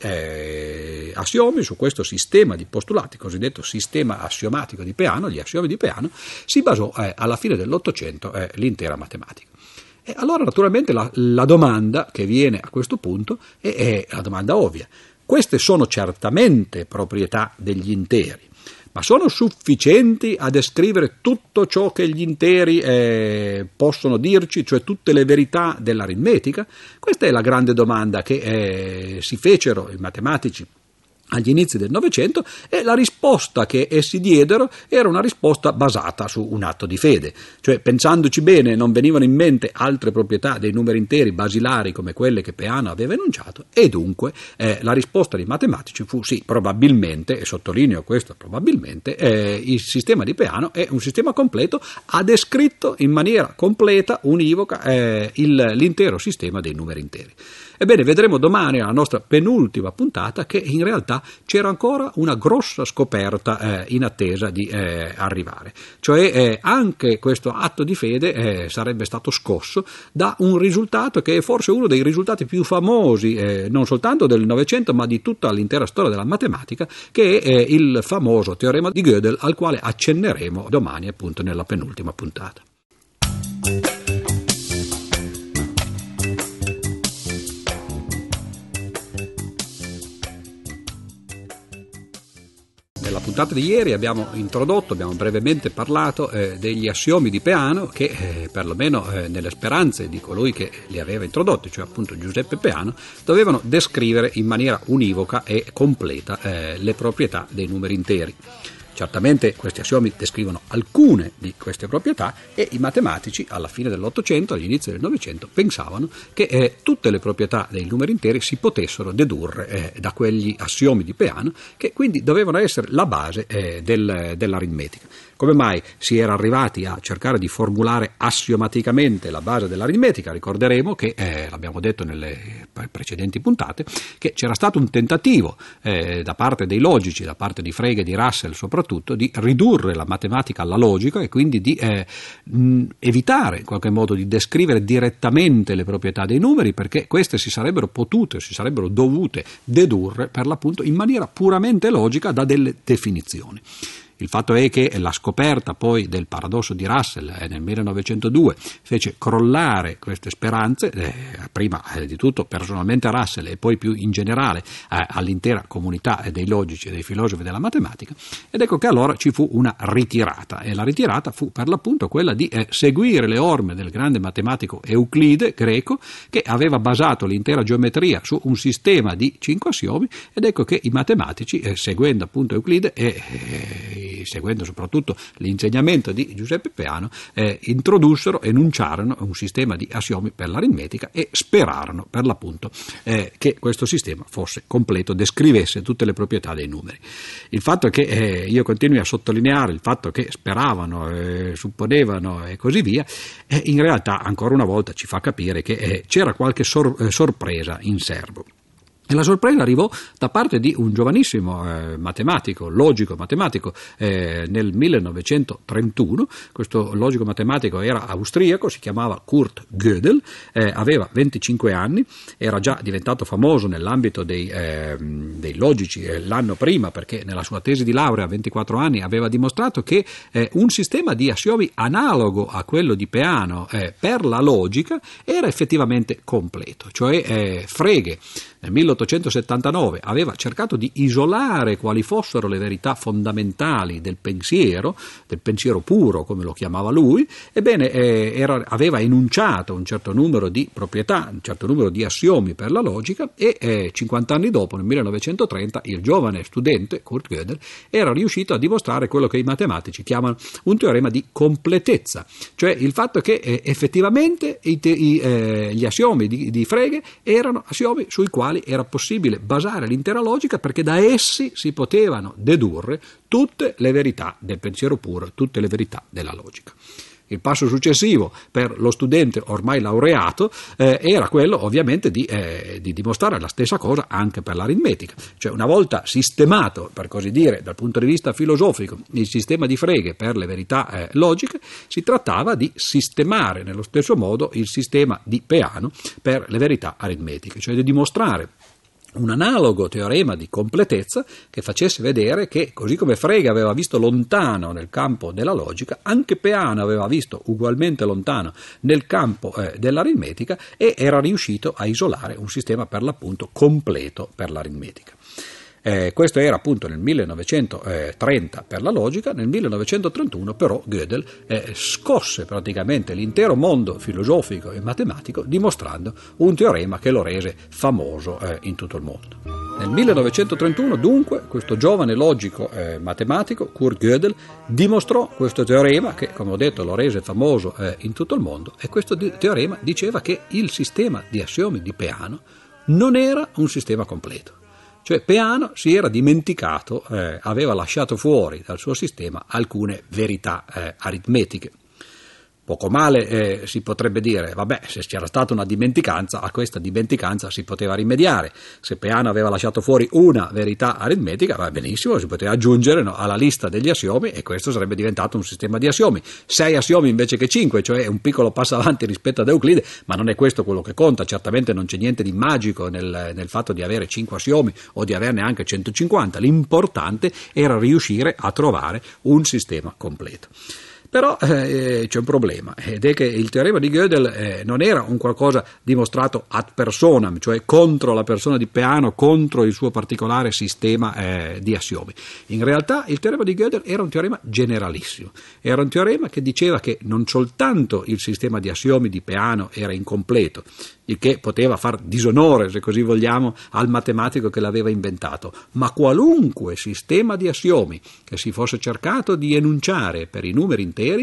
assiomi, su questo sistema di postulati, cosiddetto sistema assiomatico di Peano, gli assiomi di Peano, si basò alla fine dell'Ottocento l'intera matematica. E allora naturalmente la domanda che viene a questo punto è la domanda ovvia. Queste sono certamente proprietà degli interi, ma sono sufficienti a descrivere tutto ciò che gli interi possono dirci, cioè tutte le verità dell'aritmetica? Questa è la grande domanda che si fecero i matematici agli inizi del Novecento, e la risposta che essi diedero era una risposta basata su un atto di fede, cioè pensandoci bene non venivano in mente altre proprietà dei numeri interi basilari come quelle che Peano aveva enunciato, e dunque la risposta dei matematici fu sì, probabilmente, e sottolineo questo probabilmente, il sistema di Peano è un sistema completo, ha descritto in maniera completa, univoca, l'intero sistema dei numeri interi. Ebbene, vedremo domani alla nostra penultima puntata che in realtà c'era ancora una grossa scoperta in attesa di arrivare, cioè anche questo atto di fede sarebbe stato scosso da un risultato che è forse uno dei risultati più famosi non soltanto del Novecento ma di tutta l'intera storia della matematica, che è il famoso teorema di Gödel, al quale accenneremo domani appunto nella penultima puntata. Nella puntata di ieri abbiamo brevemente parlato degli assiomi di Peano che, perlomeno nelle speranze di colui che li aveva introdotti, cioè appunto Giuseppe Peano, dovevano descrivere in maniera univoca e completa le proprietà dei numeri interi. Certamente questi assiomi descrivono alcune di queste proprietà, e i matematici alla fine dell'Ottocento, all'inizio del Novecento, pensavano che tutte le proprietà dei numeri interi si potessero dedurre da quegli assiomi di Peano, che quindi dovevano essere la base dell'aritmetica. Come mai si era arrivati a cercare di formulare assiomaticamente la base dell'aritmetica? Ricorderemo che, l'abbiamo detto nelle precedenti puntate, che c'era stato un tentativo da parte dei logici, da parte di Frege e di Russell soprattutto, di ridurre la matematica alla logica e quindi di evitare in qualche modo di descrivere direttamente le proprietà dei numeri, perché queste si sarebbero dovute dedurre per l'appunto in maniera puramente logica da delle definizioni. Il fatto è che la scoperta poi del paradosso di Russell nel 1902 fece crollare queste speranze, prima di tutto personalmente a Russell e poi più in generale all'intera comunità dei logici e dei filosofi della matematica, ed ecco che allora ci fu una ritirata, e la ritirata fu per l'appunto quella di seguire le orme del grande matematico Euclide greco, che aveva basato l'intera geometria su un sistema di 5 assiomi, ed ecco che i matematici, seguendo appunto Euclide e seguendo soprattutto l'insegnamento di Giuseppe Peano, introdussero, enunciarono un sistema di assiomi per l'aritmetica e sperarono per l'appunto che questo sistema fosse completo, descrivesse tutte le proprietà dei numeri. Il fatto è che io continui a sottolineare il fatto che speravano, supponevano e così via, in realtà ancora una volta ci fa capire che c'era qualche sorpresa in serbo. E la sorpresa arrivò da parte di un giovanissimo matematico, logico matematico, nel 1931. Questo logico matematico era austriaco, si chiamava Kurt Gödel, aveva 25 anni, era già diventato famoso nell'ambito dei logici l'anno prima, perché nella sua tesi di laurea a 24 anni aveva dimostrato che un sistema di assiomi analogo a quello di Peano per la logica era effettivamente completo, cioè Frege nel 1879 aveva cercato di isolare quali fossero le verità fondamentali del pensiero puro, come lo chiamava lui. Ebbene, aveva enunciato un certo numero di proprietà, un certo numero di assiomi per la logica, e 50 anni dopo, nel 1930, il giovane studente Kurt Gödel era riuscito a dimostrare quello che i matematici chiamano un teorema di completezza, cioè il fatto che effettivamente gli assiomi di Frege erano assiomi sui quali era possibile basare l'intera logica, perché da essi si potevano dedurre tutte le verità del pensiero puro, tutte le verità della logica. Il passo successivo per lo studente ormai laureato era quello ovviamente di dimostrare la stessa cosa anche per l'aritmetica, cioè una volta sistemato, per così dire, dal punto di vista filosofico il sistema di Frege per le verità logiche, si trattava di sistemare nello stesso modo il sistema di Peano per le verità aritmetiche, cioè di dimostrare un analogo teorema di completezza che facesse vedere che, così come Frege aveva visto lontano nel campo della logica, anche Peano aveva visto ugualmente lontano nel campo dell'aritmetica, e era riuscito a isolare un sistema per l'appunto completo per l'aritmetica. Questo era appunto nel 1930 per la logica. Nel 1931 però Gödel scosse praticamente l'intero mondo filosofico e matematico, dimostrando un teorema che lo rese famoso in tutto il mondo. Nel 1931 dunque questo giovane logico matematico Kurt Gödel dimostrò questo teorema che, come ho detto, lo rese famoso in tutto il mondo, e questo teorema diceva che il sistema di assiomi di Peano non era un sistema completo. Cioè Peano si era dimenticato, aveva lasciato fuori dal suo sistema alcune verità aritmetiche. Poco male si potrebbe dire, vabbè, se c'era stata una dimenticanza, a questa dimenticanza si poteva rimediare. Se Peano aveva lasciato fuori una verità aritmetica, va benissimo, si poteva aggiungere alla lista degli assiomi, e questo sarebbe diventato un sistema di assiomi. 6 assiomi invece che 5, cioè un piccolo passo avanti rispetto ad Euclide, ma non è questo quello che conta. Certamente non c'è niente di magico nel fatto di avere 5 assiomi o di averne anche 150. L'importante era riuscire a trovare un sistema completo. Però c'è un problema, ed è che il teorema di Gödel non era un qualcosa dimostrato ad personam, cioè contro la persona di Peano, contro il suo particolare sistema di assiomi. In realtà il teorema di Gödel era un teorema generalissimo, era un teorema che diceva che non soltanto il sistema di assiomi di Peano era incompleto, il che poteva far disonore, se così vogliamo, al matematico che l'aveva inventato, ma qualunque sistema di assiomi che si fosse cercato di enunciare per i numeri interi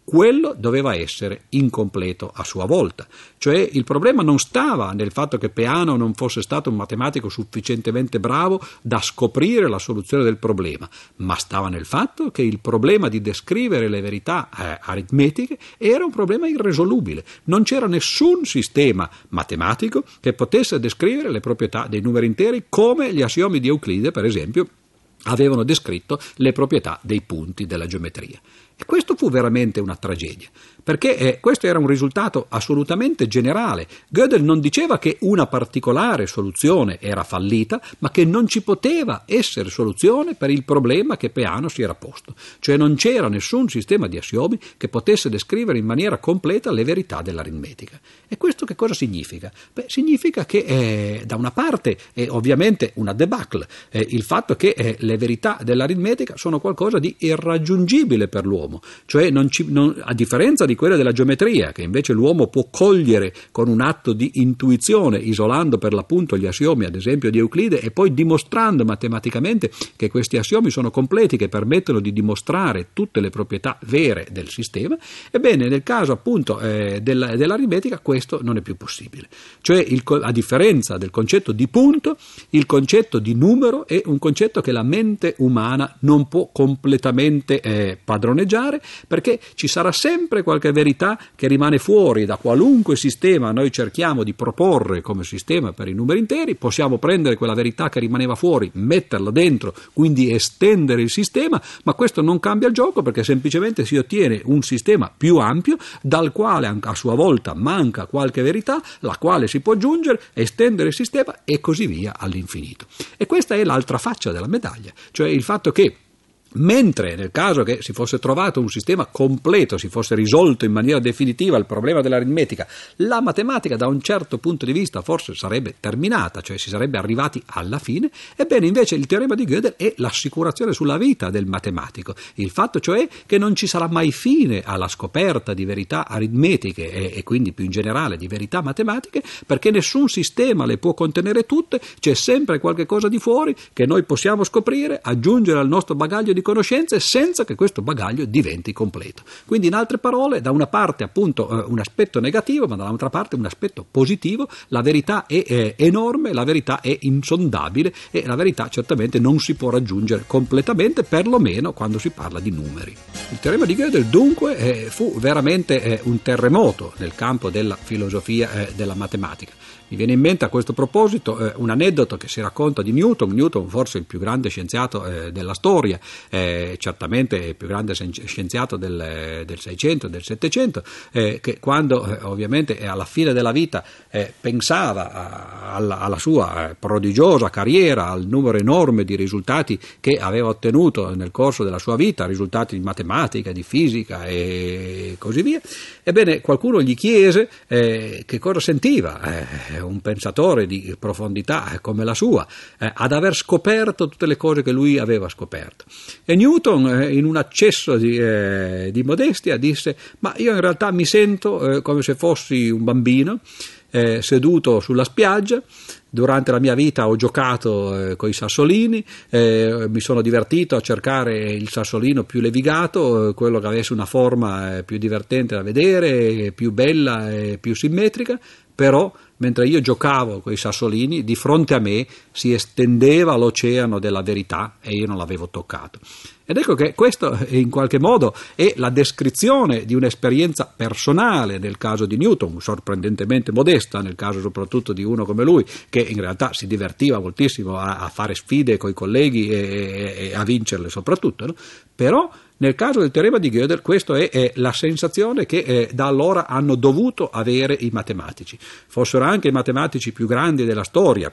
quello doveva essere incompleto a sua volta. Cioè il problema non stava nel fatto che Peano non fosse stato un matematico sufficientemente bravo da scoprire la soluzione del problema, ma stava nel fatto che il problema di descrivere le verità aritmetiche era un problema irresolubile. Non c'era nessun sistema matematico che potesse descrivere le proprietà dei numeri interi come gli assiomi di Euclide, per esempio, avevano descritto le proprietà dei punti della geometria. E questo fu veramente una tragedia, perché questo era un risultato assolutamente generale. Gödel non diceva che una particolare soluzione era fallita, ma che non ci poteva essere soluzione per il problema che Peano si era posto. Cioè non c'era nessun sistema di assiomi che potesse descrivere in maniera completa le verità dell'aritmetica. E questo che cosa significa? Beh, significa che da una parte è ovviamente una debacle, il fatto che le verità dell'aritmetica sono qualcosa di irraggiungibile per l'uomo. Cioè a differenza di quelle della geometria, che invece l'uomo può cogliere con un atto di intuizione, isolando per l'appunto gli assiomi ad esempio di Euclide e poi dimostrando matematicamente che questi assiomi sono completi, che permettono di dimostrare tutte le proprietà vere del sistema. Ebbene, nel caso appunto dell'aritmetica questo non è più possibile. Cioè a differenza del concetto di punto, il concetto di numero è un concetto che la mente umana non può completamente padroneggiare, perché ci sarà sempre qualche verità che rimane fuori da qualunque sistema noi cerchiamo di proporre come sistema per i numeri interi. Possiamo prendere quella verità che rimaneva fuori, metterla dentro, quindi estendere il sistema, ma questo non cambia il gioco, perché semplicemente si ottiene un sistema più ampio dal quale a sua volta manca qualche verità, la quale si può aggiungere, estendere il sistema e così via all'infinito. E questa è l'altra faccia della medaglia, cioè il fatto che mentre nel caso che si fosse trovato un sistema completo, si fosse risolto in maniera definitiva il problema dell'aritmetica, la matematica da un certo punto di vista forse sarebbe terminata, cioè si sarebbe arrivati alla fine. Ebbene invece il teorema di Gödel è l'assicurazione sulla vita del matematico, il fatto cioè che non ci sarà mai fine alla scoperta di verità aritmetiche e quindi più in generale di verità matematiche, perché nessun sistema le può contenere tutte, c'è sempre qualche cosa di fuori che noi possiamo scoprire, aggiungere al nostro bagaglio di conoscenze senza che questo bagaglio diventi completo. Quindi in altre parole, da una parte appunto un aspetto negativo, ma dall'altra parte un aspetto positivo. La verità è enorme, la verità è insondabile e la verità certamente non si può raggiungere completamente, perlomeno quando si parla di numeri. Il teorema di Gödel dunque fu veramente un terremoto nel campo della filosofia della matematica. Mi viene in mente a questo proposito un aneddoto che si racconta di Newton, forse il più grande scienziato della storia, certamente il più grande scienziato del 600 e del 700, che quando ovviamente alla fine della vita pensava alla sua prodigiosa carriera, al numero enorme di risultati che aveva ottenuto nel corso della sua vita, risultati di matematica, di fisica e così via, ebbene qualcuno gli chiese che cosa sentiva un pensatore di profondità come la sua ad aver scoperto tutte le cose che lui aveva scoperto. E Newton in un accesso di modestia disse: ma io in realtà mi sento come se fossi un bambino seduto sulla spiaggia. Durante la mia vita ho giocato con i sassolini, mi sono divertito a cercare il sassolino più levigato, quello che avesse una forma più divertente da vedere, più bella e più simmetrica, però mentre io giocavo con i sassolini, di fronte a me si estendeva l'oceano della verità e io non l'avevo toccato. Ed ecco che questo in qualche modo è la descrizione di un'esperienza personale nel caso di Newton, sorprendentemente modesta nel caso soprattutto di uno come lui, che in realtà si divertiva moltissimo a fare sfide con i colleghi e a vincerle soprattutto, no? Però nel caso del teorema di Gödel questa è la sensazione che da allora hanno dovuto avere i matematici, fossero anche i matematici più grandi della storia,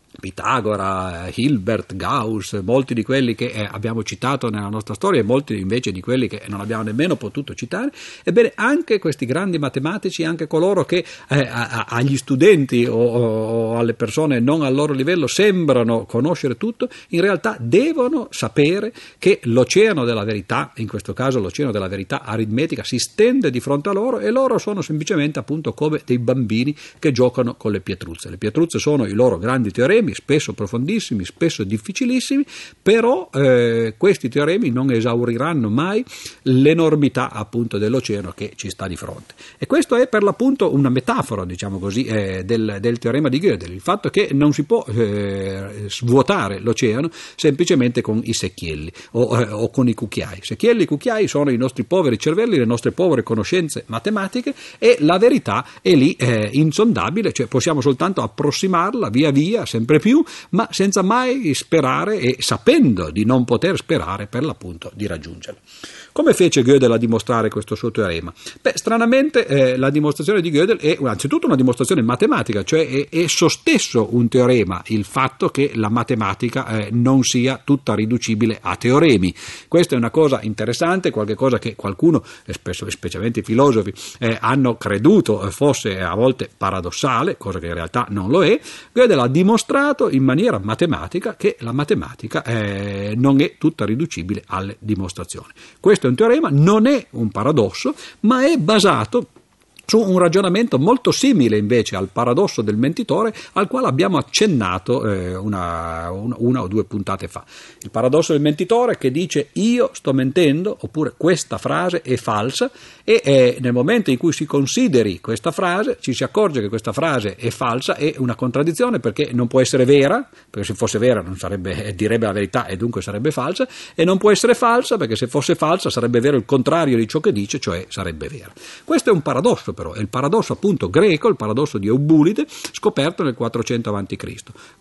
Pitagora, Hilbert, Gauss, molti di quelli che abbiamo citato nella nostra storia e molti invece di quelli che non abbiamo nemmeno potuto citare. Ebbene, anche questi grandi matematici, anche coloro che agli studenti o alle persone non al loro livello sembrano conoscere tutto, in realtà devono sapere che l'oceano della verità, in questo caso l'oceano della verità aritmetica, si stende di fronte a loro e loro sono semplicemente appunto come dei bambini che giocano con le pietruzze. Le pietruzze sono i loro grandi teoremi, teoremi, spesso profondissimi, spesso difficilissimi, però questi teoremi non esauriranno mai l'enormità appunto dell'oceano che ci sta di fronte. E questo è per l'appunto una metafora, diciamo così, del teorema di Gödel, il fatto che non si può svuotare l'oceano semplicemente con i secchielli o con i cucchiai. Secchielli e cucchiai sono i nostri poveri cervelli, le nostre povere conoscenze matematiche, e la verità è lì insondabile, cioè possiamo soltanto approssimarla via via, sempre più, ma senza mai sperare e sapendo di non poter sperare per l'appunto di raggiungerla. Come fece Gödel a dimostrare questo suo teorema? Stranamente la dimostrazione di Gödel è anzitutto una dimostrazione matematica, cioè è esso stesso un teorema, il fatto che la matematica non sia tutta riducibile a teoremi. Questa è una cosa interessante, qualche cosa che qualcuno, specialmente i filosofi, hanno creduto fosse a volte paradossale, cosa che in realtà non lo è. Gödel ha dimostrato in maniera matematica che la matematica non è tutta riducibile alle dimostrazioni. Questo è un teorema, non è un paradosso, ma è basato su un ragionamento molto simile invece al paradosso del mentitore, al quale abbiamo accennato una o due puntate fa. Il paradosso del mentitore che dice io sto mentendo, oppure questa frase è falsa, e nel momento in cui si consideri questa frase ci si accorge che questa frase è falsa, è una contraddizione perché non può essere vera, perché se fosse vera non direbbe la verità e dunque sarebbe falsa, e non può essere falsa perché se fosse falsa sarebbe vero il contrario di ciò che dice, cioè sarebbe vera. Questo è un paradosso, però è il paradosso appunto greco, il paradosso di Eubulide, scoperto nel 400 a.C.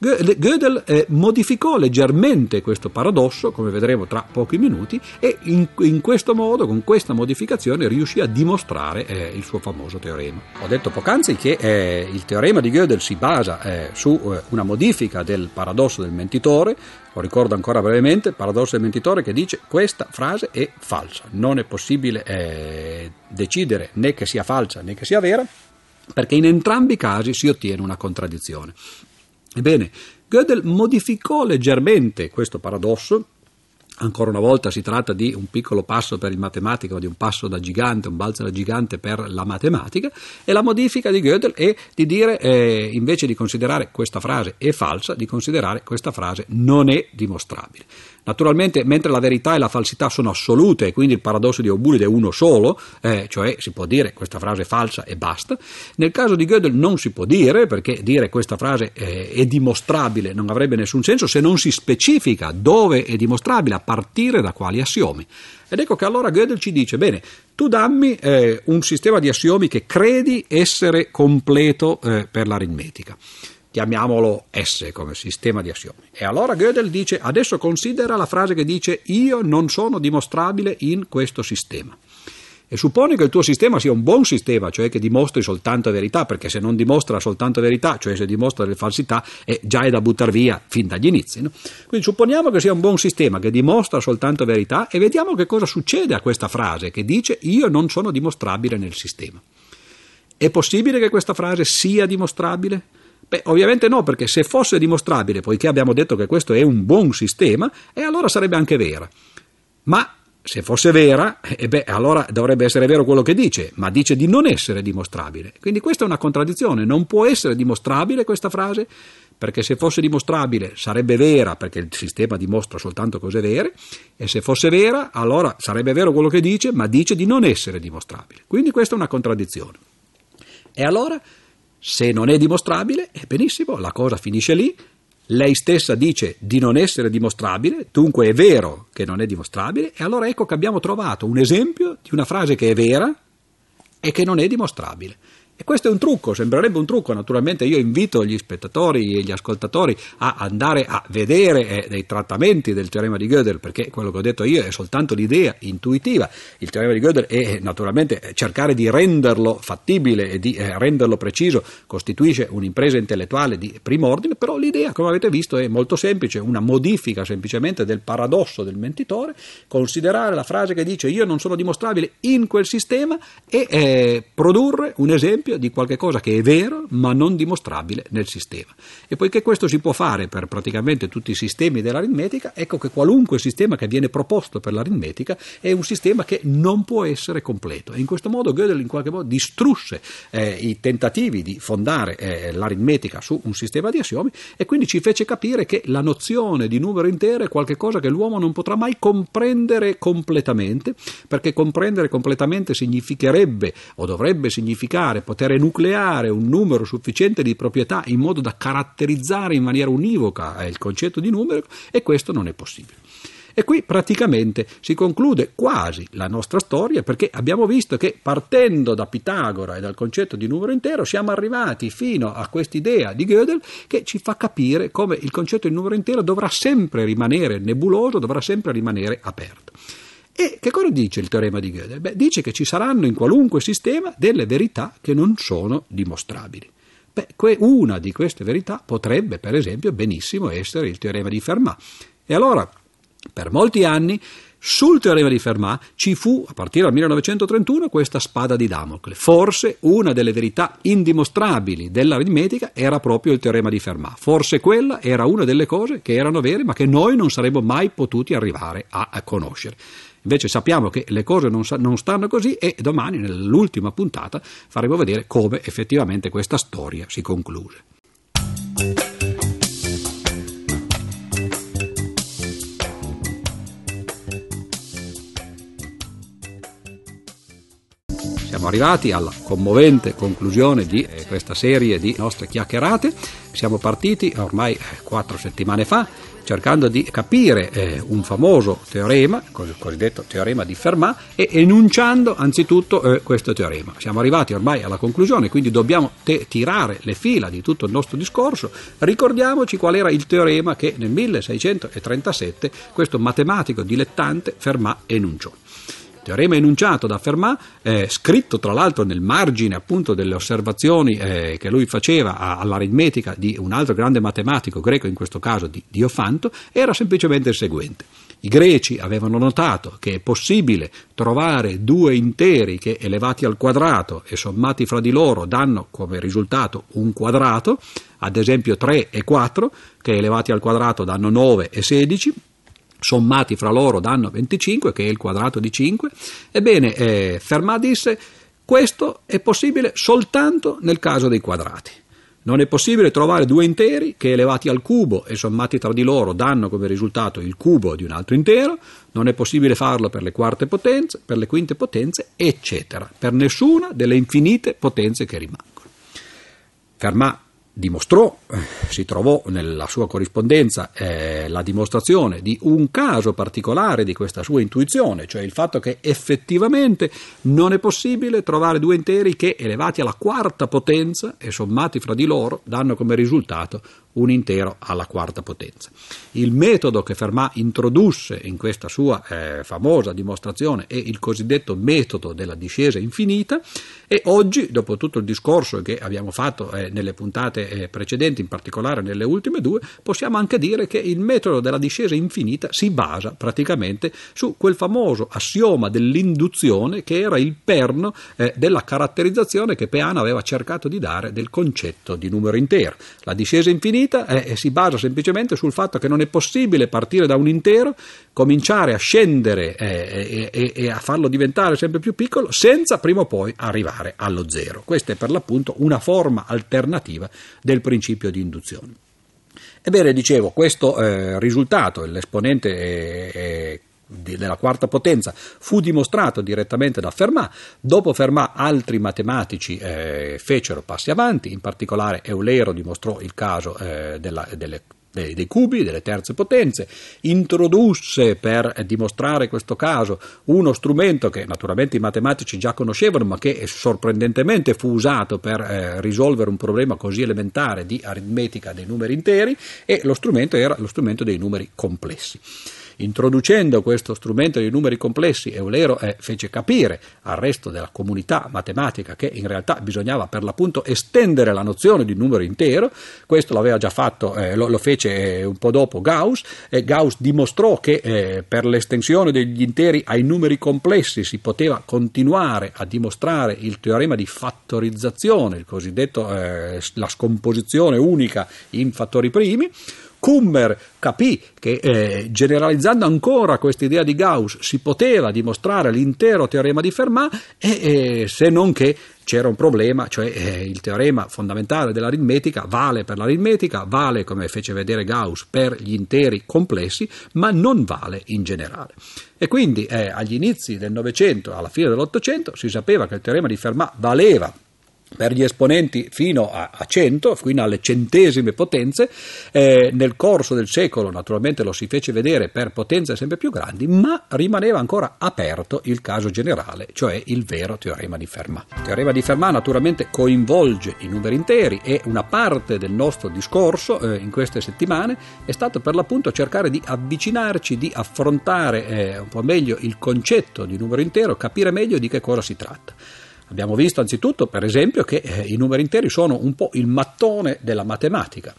Gödel modificò leggermente questo paradosso, come vedremo tra pochi minuti, e in questo modo, con questa modificazione, riuscì a dimostrare il suo famoso teorema. Ho detto poc'anzi che il teorema di Gödel si basa su una modifica del paradosso del mentitore. Lo ricordo ancora brevemente: paradosso del mentitore che dice questa frase è falsa, non è possibile decidere né che sia falsa né che sia vera, perché in entrambi i casi si ottiene una contraddizione. Ebbene, Gödel modificò leggermente questo paradosso. Ancora una volta si tratta di un piccolo passo per il matematico, ma di un passo da gigante, un balzo da gigante per la matematica, e la modifica di Gödel è di dire, invece di considerare questa frase è falsa, di considerare questa frase non è dimostrabile. Naturalmente, mentre la verità e la falsità sono assolute, e quindi il paradosso di Eubulide è uno solo, cioè si può dire questa frase è falsa e basta, nel caso di Gödel non si può dire, perché dire questa frase è dimostrabile non avrebbe nessun senso se non si specifica dove è dimostrabile, a partire da quali assiomi. Ed ecco che allora Gödel ci dice: bene, tu dammi un sistema di assiomi che credi essere completo per l'aritmetica. Chiamiamolo S come sistema di assiomi. E allora Gödel dice: adesso considera la frase che dice io non sono dimostrabile in questo sistema. E supponi che il tuo sistema sia un buon sistema, cioè che dimostri soltanto verità, perché se non dimostra soltanto verità, cioè se dimostra delle falsità, già è da buttare via fin dagli inizi, no? Quindi supponiamo che sia un buon sistema che dimostra soltanto verità, e vediamo che cosa succede a questa frase che dice io non sono dimostrabile nel sistema. È possibile che questa frase sia dimostrabile? Beh, ovviamente no, perché se fosse dimostrabile, poiché abbiamo detto che questo è un buon sistema, e allora sarebbe anche vera. Ma se fosse vera, allora dovrebbe essere vero quello che dice, ma dice di non essere dimostrabile. Quindi questa è una contraddizione, non può essere dimostrabile questa frase, perché se fosse dimostrabile sarebbe vera, perché il sistema dimostra soltanto cose vere, e se fosse vera, allora sarebbe vero quello che dice, ma dice di non essere dimostrabile. Quindi questa è una contraddizione. E allora, se non è dimostrabile, benissimo, la cosa finisce lì. Lei stessa dice di non essere dimostrabile, dunque è vero che non è dimostrabile, e allora ecco che abbiamo trovato un esempio di una frase che è vera e che non è dimostrabile. E questo è un trucco, sembrerebbe un trucco. Naturalmente io invito gli spettatori e gli ascoltatori a andare a vedere dei trattamenti del teorema di Gödel, perché quello che ho detto io è soltanto l'idea intuitiva. Il teorema di Gödel è naturalmente cercare di renderlo fattibile e di renderlo preciso, costituisce un'impresa intellettuale di primo ordine, però l'idea, come avete visto, è molto semplice, una modifica semplicemente del paradosso del mentitore, considerare la frase che dice io non sono dimostrabile in quel sistema e produrre un esempio esempio di qualche cosa che è vero ma non dimostrabile nel sistema. E poiché questo si può fare per praticamente tutti i sistemi dell'aritmetica, ecco che qualunque sistema che viene proposto per l'aritmetica è un sistema che non può essere completo. E in questo modo Gödel in qualche modo distrusse i tentativi di fondare l'aritmetica su un sistema di assiomi, e quindi ci fece capire che la nozione di numero intero è qualcosa che l'uomo non potrà mai comprendere completamente, perché comprendere completamente significherebbe o dovrebbe significare poter enucleare un numero sufficiente di proprietà in modo da caratterizzare in maniera univoca il concetto di numero, e questo non è possibile. E qui praticamente si conclude quasi la nostra storia, perché abbiamo visto che partendo da Pitagora e dal concetto di numero intero siamo arrivati fino a quest'idea di Gödel che ci fa capire come il concetto di numero intero dovrà sempre rimanere nebuloso, dovrà sempre rimanere aperto. E che cosa dice il teorema di Gödel? Beh, dice che ci saranno in qualunque sistema delle verità che non sono dimostrabili. Una di queste verità potrebbe, per esempio, benissimo essere il teorema di Fermat. E allora, per molti anni, sul teorema di Fermat ci fu, a partire dal 1931, questa spada di Damocle. Forse una delle verità indimostrabili dell'aritmetica era proprio il teorema di Fermat. Forse quella era una delle cose che erano vere, ma che noi non saremmo mai potuti arrivare a conoscere. Invece sappiamo che le cose non stanno così, e domani, nell'ultima puntata, faremo vedere come effettivamente questa storia si concluse. Siamo arrivati alla commovente conclusione di questa serie di nostre chiacchierate. Siamo partiti ormai 4 settimane fa cercando di capire un famoso teorema, il cosiddetto teorema di Fermat, e enunciando anzitutto questo teorema. Siamo arrivati ormai alla conclusione, quindi dobbiamo tirare le fila di tutto il nostro discorso. Ricordiamoci qual era il teorema che nel 1637 questo matematico dilettante Fermat enunciò. Teorema enunciato da Fermat, scritto tra l'altro nel margine appunto delle osservazioni che lui faceva all'aritmetica di un altro grande matematico greco, in questo caso di Diofanto, era semplicemente il seguente. I greci avevano notato che è possibile trovare due interi che elevati al quadrato e sommati fra di loro danno come risultato un quadrato, ad esempio 3 e 4, che elevati al quadrato danno 9 e 16, sommati fra loro danno 25, che è il quadrato di 5. Ebbene, Fermat disse: questo è possibile soltanto nel caso dei quadrati. Non è possibile trovare due interi che elevati al cubo e sommati tra di loro danno come risultato il cubo di un altro intero. Non è possibile farlo per le quarte potenze, per le quinte potenze, eccetera, per nessuna delle infinite potenze che rimangono. Fermat dimostrò, si trovò nella sua corrispondenza la dimostrazione di un caso particolare di questa sua intuizione, cioè il fatto che effettivamente non è possibile trovare due interi che elevati alla quarta potenza e sommati fra di loro danno come risultato un intero alla quarta potenza. Il metodo che Fermat introdusse in questa sua famosa dimostrazione è il cosiddetto metodo della discesa infinita, e oggi, dopo tutto il discorso che abbiamo fatto nelle puntate precedenti, in particolare nelle ultime 2, possiamo anche dire che il metodo della discesa infinita si basa praticamente su quel famoso assioma dell'induzione che era il perno della caratterizzazione che Peano aveva cercato di dare del concetto di numero intero. La discesa infinita si basa semplicemente sul fatto che non è possibile partire da un intero, cominciare a scendere e a farlo diventare sempre più piccolo senza prima o poi arrivare allo zero. Questa è per l'appunto una forma alternativa del principio di induzione. Ebbene, dicevo, questo risultato, l'esponente della quarta potenza, fu dimostrato direttamente da Fermat. Dopo Fermat altri matematici fecero passi avanti, in particolare Eulero dimostrò il caso dei cubi, delle terze potenze, introdusse per dimostrare questo caso uno strumento che naturalmente i matematici già conoscevano, ma che sorprendentemente fu usato per risolvere un problema così elementare di aritmetica dei numeri interi, e lo strumento era lo strumento dei numeri complessi. introducendo questo strumento dei numeri complessi, Eulero fece capire al resto della comunità matematica che in realtà bisognava per l'appunto estendere la nozione di numero intero. Questo l'aveva già fatto, lo fece un po' dopo Gauss, e Gauss dimostrò che per l'estensione degli interi ai numeri complessi si poteva continuare a dimostrare il teorema di fattorizzazione, il cosiddetto la scomposizione unica in fattori primi. Kummer capì che generalizzando ancora questa idea di Gauss si poteva dimostrare l'intero teorema di Fermat, e se non che c'era un problema, cioè il teorema fondamentale dell'aritmetica vale per l'aritmetica, vale, come fece vedere Gauss, per gli interi complessi, ma non vale in generale. E quindi agli inizi del Novecento, alla fine dell'Ottocento, si sapeva che il teorema di Fermat valeva per gli esponenti fino a 100, fino alle centesime potenze. Nel corso del secolo naturalmente lo si fece vedere per potenze sempre più grandi, ma rimaneva ancora aperto il caso generale, cioè il vero teorema di Fermat. Il teorema di Fermat naturalmente coinvolge i numeri interi, e una parte del nostro discorso in queste settimane è stato per l'appunto cercare di avvicinarci, di affrontare un po' meglio il concetto di numero intero, capire meglio di che cosa si tratta. Abbiamo visto anzitutto, per esempio, che i numeri interi sono un po' il mattone della matematica,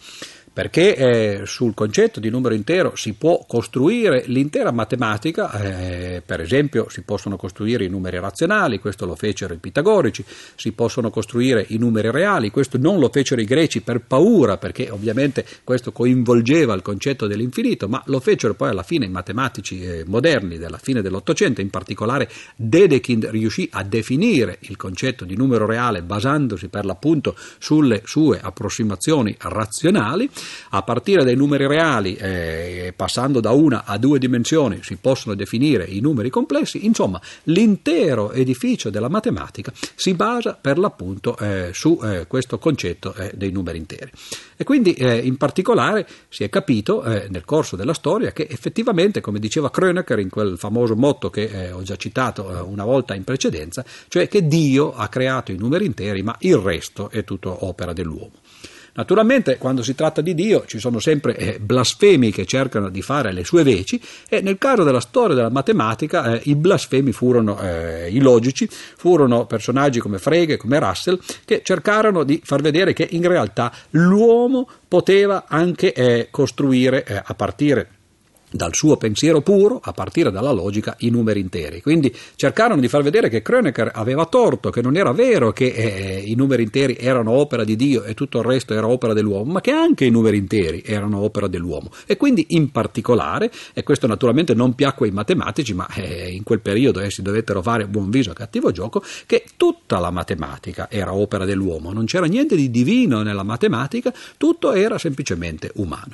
perché sul concetto di numero intero si può costruire l'intera matematica. Per esempio si possono costruire i numeri razionali, questo lo fecero i pitagorici, si possono costruire i numeri reali, questo non lo fecero i greci per paura, perché ovviamente questo coinvolgeva il concetto dell'infinito, ma lo fecero poi alla fine i matematici moderni della fine dell'Ottocento. In particolare Dedekind riuscì a definire il concetto di numero reale basandosi per l'appunto sulle sue approssimazioni razionali. A partire dai numeri reali, passando da una a due dimensioni, si possono definire i numeri complessi. Insomma, l'intero edificio della matematica si basa per l'appunto su questo concetto dei numeri interi. E quindi in particolare si è capito nel corso della storia che effettivamente, come diceva Kronecker in quel famoso motto che ho già citato una volta in precedenza, cioè che Dio ha creato i numeri interi, ma il resto è tutto opera dell'uomo. Naturalmente quando si tratta di Dio ci sono sempre blasfemi che cercano di fare le sue veci, e nel caso della storia della matematica i blasfemi furono i logici, furono personaggi come Frege, come Russell, che cercarono di far vedere che in realtà l'uomo poteva anche costruire a partire dal suo pensiero puro, a partire dalla logica, i numeri interi. Quindi cercarono di far vedere che Kronecker aveva torto, che non era vero che i numeri interi erano opera di Dio e tutto il resto era opera dell'uomo, ma che anche i numeri interi erano opera dell'uomo. E quindi in particolare, e questo naturalmente non piacque ai matematici, ma in quel periodo essi dovettero fare buon viso a cattivo gioco, che tutta la matematica era opera dell'uomo, non c'era niente di divino nella matematica, tutto era semplicemente umano.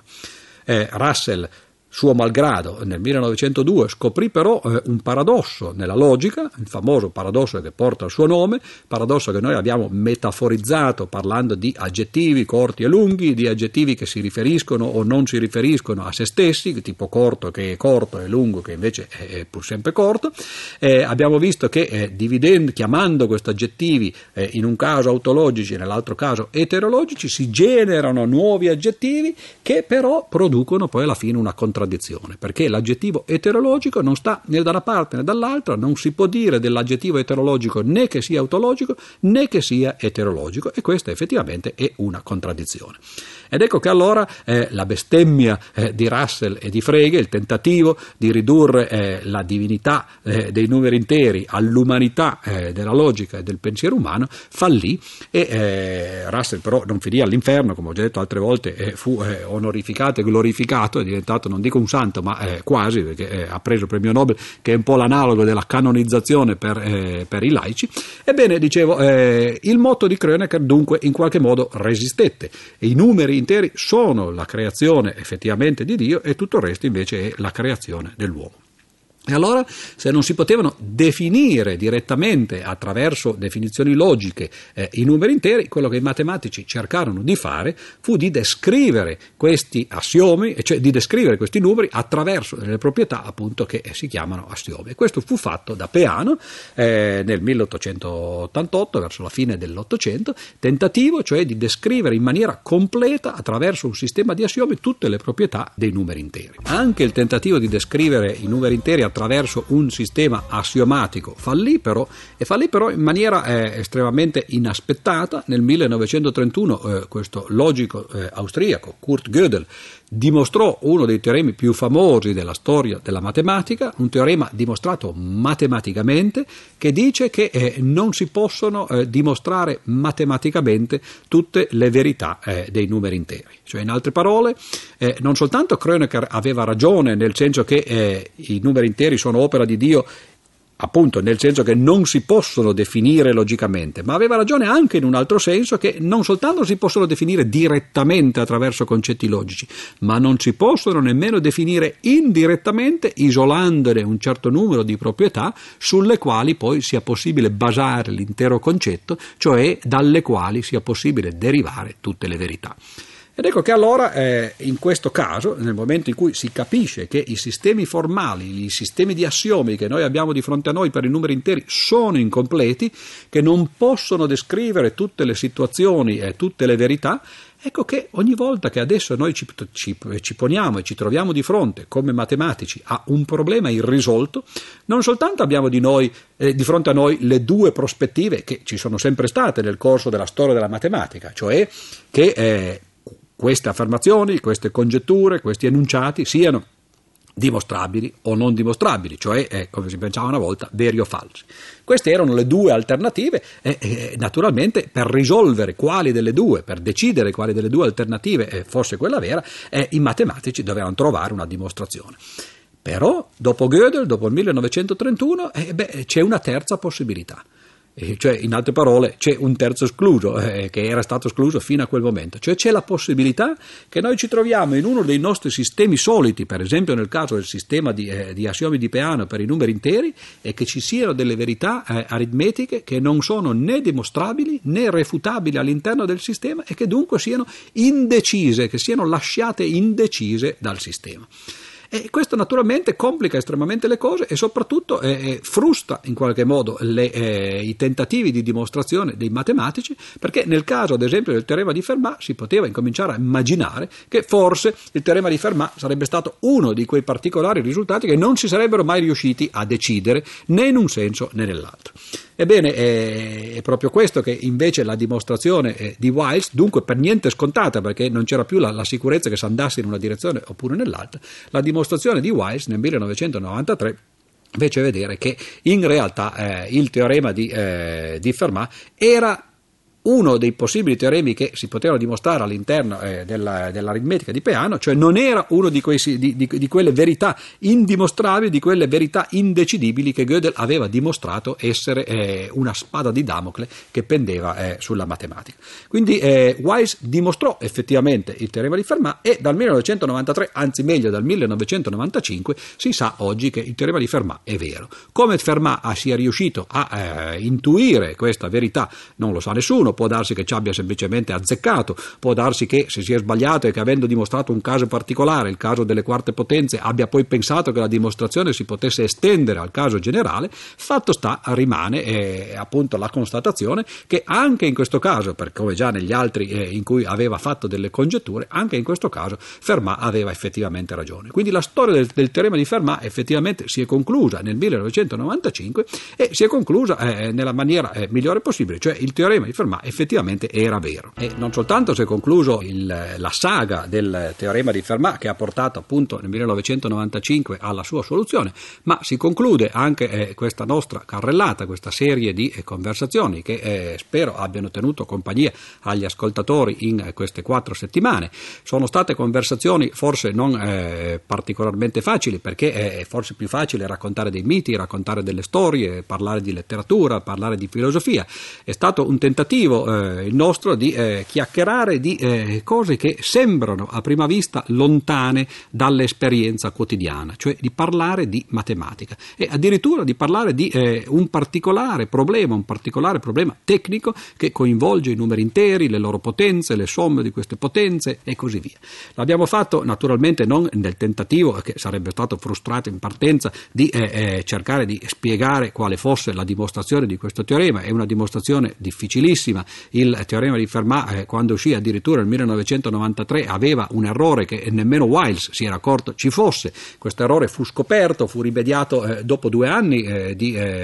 Russell, suo malgrado, nel 1902 scoprì però un paradosso nella logica, il famoso paradosso che porta il suo nome, paradosso che noi abbiamo metaforizzato parlando di aggettivi corti e lunghi, di aggettivi che si riferiscono o non si riferiscono a se stessi, tipo corto che è corto e lungo che invece è pur sempre corto. Abbiamo visto che chiamando questi aggettivi in un caso autologici e nell'altro caso eterologici, si generano nuovi aggettivi che però producono poi alla fine una contraddizione, perché l'aggettivo eterologico non sta né da una parte né dall'altra, non si può dire dell'aggettivo eterologico né che sia autologico né che sia eterologico, e questa effettivamente è una contraddizione. Ed ecco che allora la bestemmia di Russell e di Frege, il tentativo di ridurre la divinità dei numeri interi all'umanità della logica e del pensiero umano, fallì, e Russell però non finì all'inferno, come ho già detto altre volte, fu onorificato e glorificato, è diventato, non dico un santo, ma quasi, perché ha preso il premio Nobel, che è un po' l'analogo della canonizzazione per i laici. Ebbene, dicevo, il motto di Kronecker dunque in qualche modo resistette, e i numeri interi sono la creazione effettivamente di Dio, e tutto il resto invece è la creazione dell'uomo. E allora, se non si potevano definire direttamente attraverso definizioni logiche i numeri interi, quello che i matematici cercarono di fare fu di descrivere questi assiomi, cioè di descrivere questi numeri attraverso delle proprietà appunto che si chiamano assiomi. E questo fu fatto da Peano nel 1888, verso la fine dell'Ottocento, tentativo cioè di descrivere in maniera completa attraverso un sistema di assiomi tutte le proprietà dei numeri interi. Anche il tentativo di descrivere i numeri interi attraverso un sistema assiomatico fallì però in maniera estremamente inaspettata. Nel 1931 questo logico austriaco Kurt Gödel dimostrò uno dei teoremi più famosi della storia della matematica, un teorema dimostrato matematicamente che dice che non si possono dimostrare matematicamente tutte le verità dei numeri interi. Cioè, in altre parole, non soltanto Kronecker aveva ragione nel senso che i numeri interi sono opera di Dio, appunto nel senso che non si possono definire logicamente, ma aveva ragione anche in un altro senso, che non soltanto si possono definire direttamente attraverso concetti logici, ma non si possono nemmeno definire indirettamente isolandone un certo numero di proprietà sulle quali poi sia possibile basare l'intero concetto, cioè dalle quali sia possibile derivare tutte le verità. Ed ecco che allora in questo caso, nel momento in cui si capisce che i sistemi formali, i sistemi di assiomi che noi abbiamo di fronte a noi per i numeri interi sono incompleti, che non possono descrivere tutte le situazioni e tutte le verità, ecco che ogni volta che adesso noi ci poniamo e ci troviamo di fronte come matematici a un problema irrisolto, non soltanto abbiamo di fronte a noi le due prospettive che ci sono sempre state nel corso della storia della matematica, cioè che queste affermazioni, queste congetture, questi enunciati siano dimostrabili o non dimostrabili, cioè come si pensava una volta, veri o falsi. Queste erano le due alternative e naturalmente per risolvere per decidere quali delle due alternative fosse quella vera, i matematici dovevano trovare una dimostrazione. Però dopo Gödel, dopo il 1931, c'è una terza possibilità. Cioè, in altre parole, c'è un terzo escluso che era stato escluso fino a quel momento, cioè c'è la possibilità che noi ci troviamo in uno dei nostri sistemi soliti, per esempio nel caso del sistema di assiomi di Peano per i numeri interi, e che ci siano delle verità aritmetiche che non sono né dimostrabili né refutabili all'interno del sistema e che dunque siano indecise, che siano lasciate indecise dal sistema. E questo naturalmente complica estremamente le cose e soprattutto frusta in qualche modo i tentativi di dimostrazione dei matematici, perché nel caso ad esempio del teorema di Fermat si poteva incominciare a immaginare che forse il teorema di Fermat sarebbe stato uno di quei particolari risultati che non si sarebbero mai riusciti a decidere né in un senso né nell'altro. Ebbene, è proprio questo che invece la dimostrazione di Wiles, dunque per niente scontata, perché non c'era più la sicurezza che si andasse in una direzione oppure nell'altra, la dimostrazione di Wiles nel 1993 fece vedere che in realtà il teorema di Fermat era uno dei possibili teoremi che si potevano dimostrare all'interno dell'aritmetica di Peano, cioè non era uno di quelle verità indimostrabili, di quelle verità indecidibili che Gödel aveva dimostrato essere una spada di Damocle che pendeva sulla matematica. Quindi Wiles dimostrò effettivamente il teorema di Fermat e dal 1993, anzi meglio dal 1995, si sa oggi che il teorema di Fermat è vero. Come Fermat sia riuscito a intuire questa verità non lo sa nessuno. Può darsi che ci abbia semplicemente azzeccato, può darsi che si sia sbagliato e che avendo dimostrato un caso particolare, il caso delle quarte potenze, abbia poi pensato che la dimostrazione si potesse estendere al caso generale. Fatto sta, rimane appunto la constatazione che anche in questo caso, per come già negli altri in cui aveva fatto delle congetture, anche in questo caso Fermat aveva effettivamente ragione. Quindi la storia del teorema di Fermat effettivamente si è conclusa nel 1995 e si è conclusa nella maniera migliore possibile, cioè il teorema di Fermat effettivamente era vero. E non soltanto si è concluso la saga del teorema di Fermat che ha portato appunto nel 1995 alla sua soluzione, ma si conclude anche questa nostra carrellata, questa serie di conversazioni che spero abbiano tenuto compagnia agli ascoltatori in queste 4 settimane. Sono state conversazioni forse non particolarmente facili, perché è forse più facile raccontare dei miti, raccontare delle storie, parlare di letteratura, parlare di filosofia. È stato un tentativo tentativo il nostro di chiacchierare di cose che sembrano a prima vista lontane dall'esperienza quotidiana, cioè di parlare di matematica e addirittura di parlare di un particolare problema tecnico che coinvolge i numeri interi, le loro potenze, le somme di queste potenze e così via. L'abbiamo fatto naturalmente non nel tentativo, che sarebbe stato frustrato in partenza, di cercare di spiegare quale fosse la dimostrazione di questo teorema. È una dimostrazione difficilissima. Il teorema di Fermat, quando uscì addirittura nel 1993, aveva un errore che nemmeno Wiles si era accorto ci fosse. Questo errore fu scoperto, fu rimediato dopo 2 anni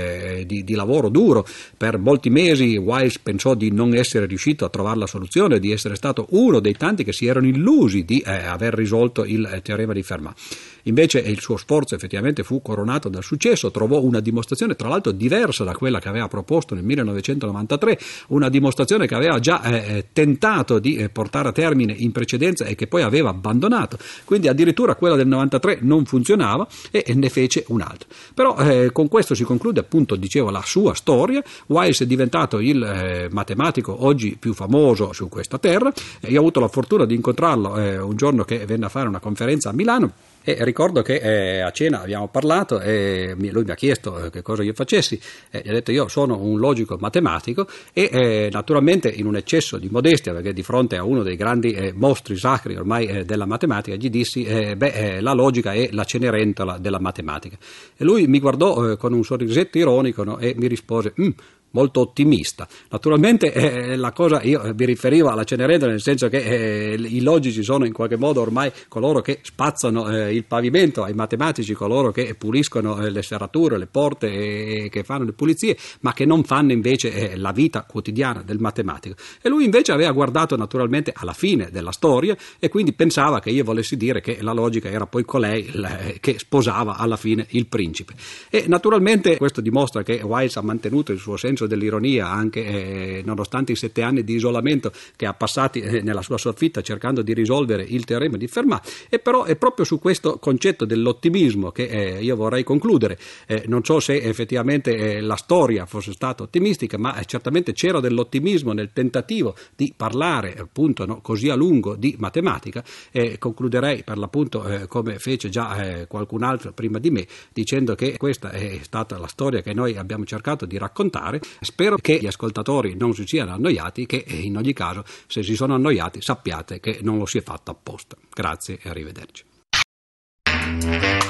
di lavoro duro. Per molti mesi Wiles pensò di non essere riuscito a trovare la soluzione, di essere stato uno dei tanti che si erano illusi di aver risolto il teorema di Fermat. Invece il suo sforzo effettivamente fu coronato dal successo, trovò una dimostrazione tra l'altro diversa da quella che aveva proposto nel 1993, una dimostrazione che aveva già tentato di portare a termine in precedenza e che poi aveva abbandonato, quindi addirittura quella del 93 non funzionava e ne fece un'altra. Però con questo si conclude, appunto, dicevo, la sua storia. Wiles è diventato il matematico oggi più famoso su questa terra. Io ho avuto la fortuna di incontrarlo un giorno che venne a fare una conferenza a Milano. E ricordo che a cena abbiamo parlato e lui mi ha chiesto che cosa io facessi, gli ho detto io sono un logico matematico e naturalmente in un eccesso di modestia, perché di fronte a uno dei grandi mostri sacri ormai della matematica gli dissi la logica è la Cenerentola della matematica. E lui mi guardò con un sorrisetto ironico, no, e mi rispose molto ottimista. Naturalmente la cosa, io mi riferivo alla Cenerentola nel senso che i logici sono in qualche modo ormai coloro che spazzano il pavimento, ai matematici coloro che puliscono le serrature, le porte e che fanno le pulizie, ma che non fanno invece la vita quotidiana del matematico. E lui invece aveva guardato naturalmente alla fine della storia e quindi pensava che io volessi dire che la logica era poi colei che sposava alla fine il principe. E naturalmente questo dimostra che Wiles ha mantenuto il suo senso dell'ironia anche nonostante i 7 anni di isolamento che ha passati nella sua soffitta cercando di risolvere il teorema di Fermat. E però è proprio su questo concetto dell'ottimismo che io vorrei concludere. Non so se effettivamente la storia fosse stata ottimistica, ma certamente c'era dell'ottimismo nel tentativo di parlare appunto così a lungo di matematica. Concluderei per l'appunto come fece già qualcun altro prima di me, dicendo che questa è stata la storia che noi abbiamo cercato di raccontare. Spero che gli ascoltatori non si siano annoiati, che in ogni caso se si sono annoiati sappiate che non lo si è fatto apposta. Grazie e arrivederci.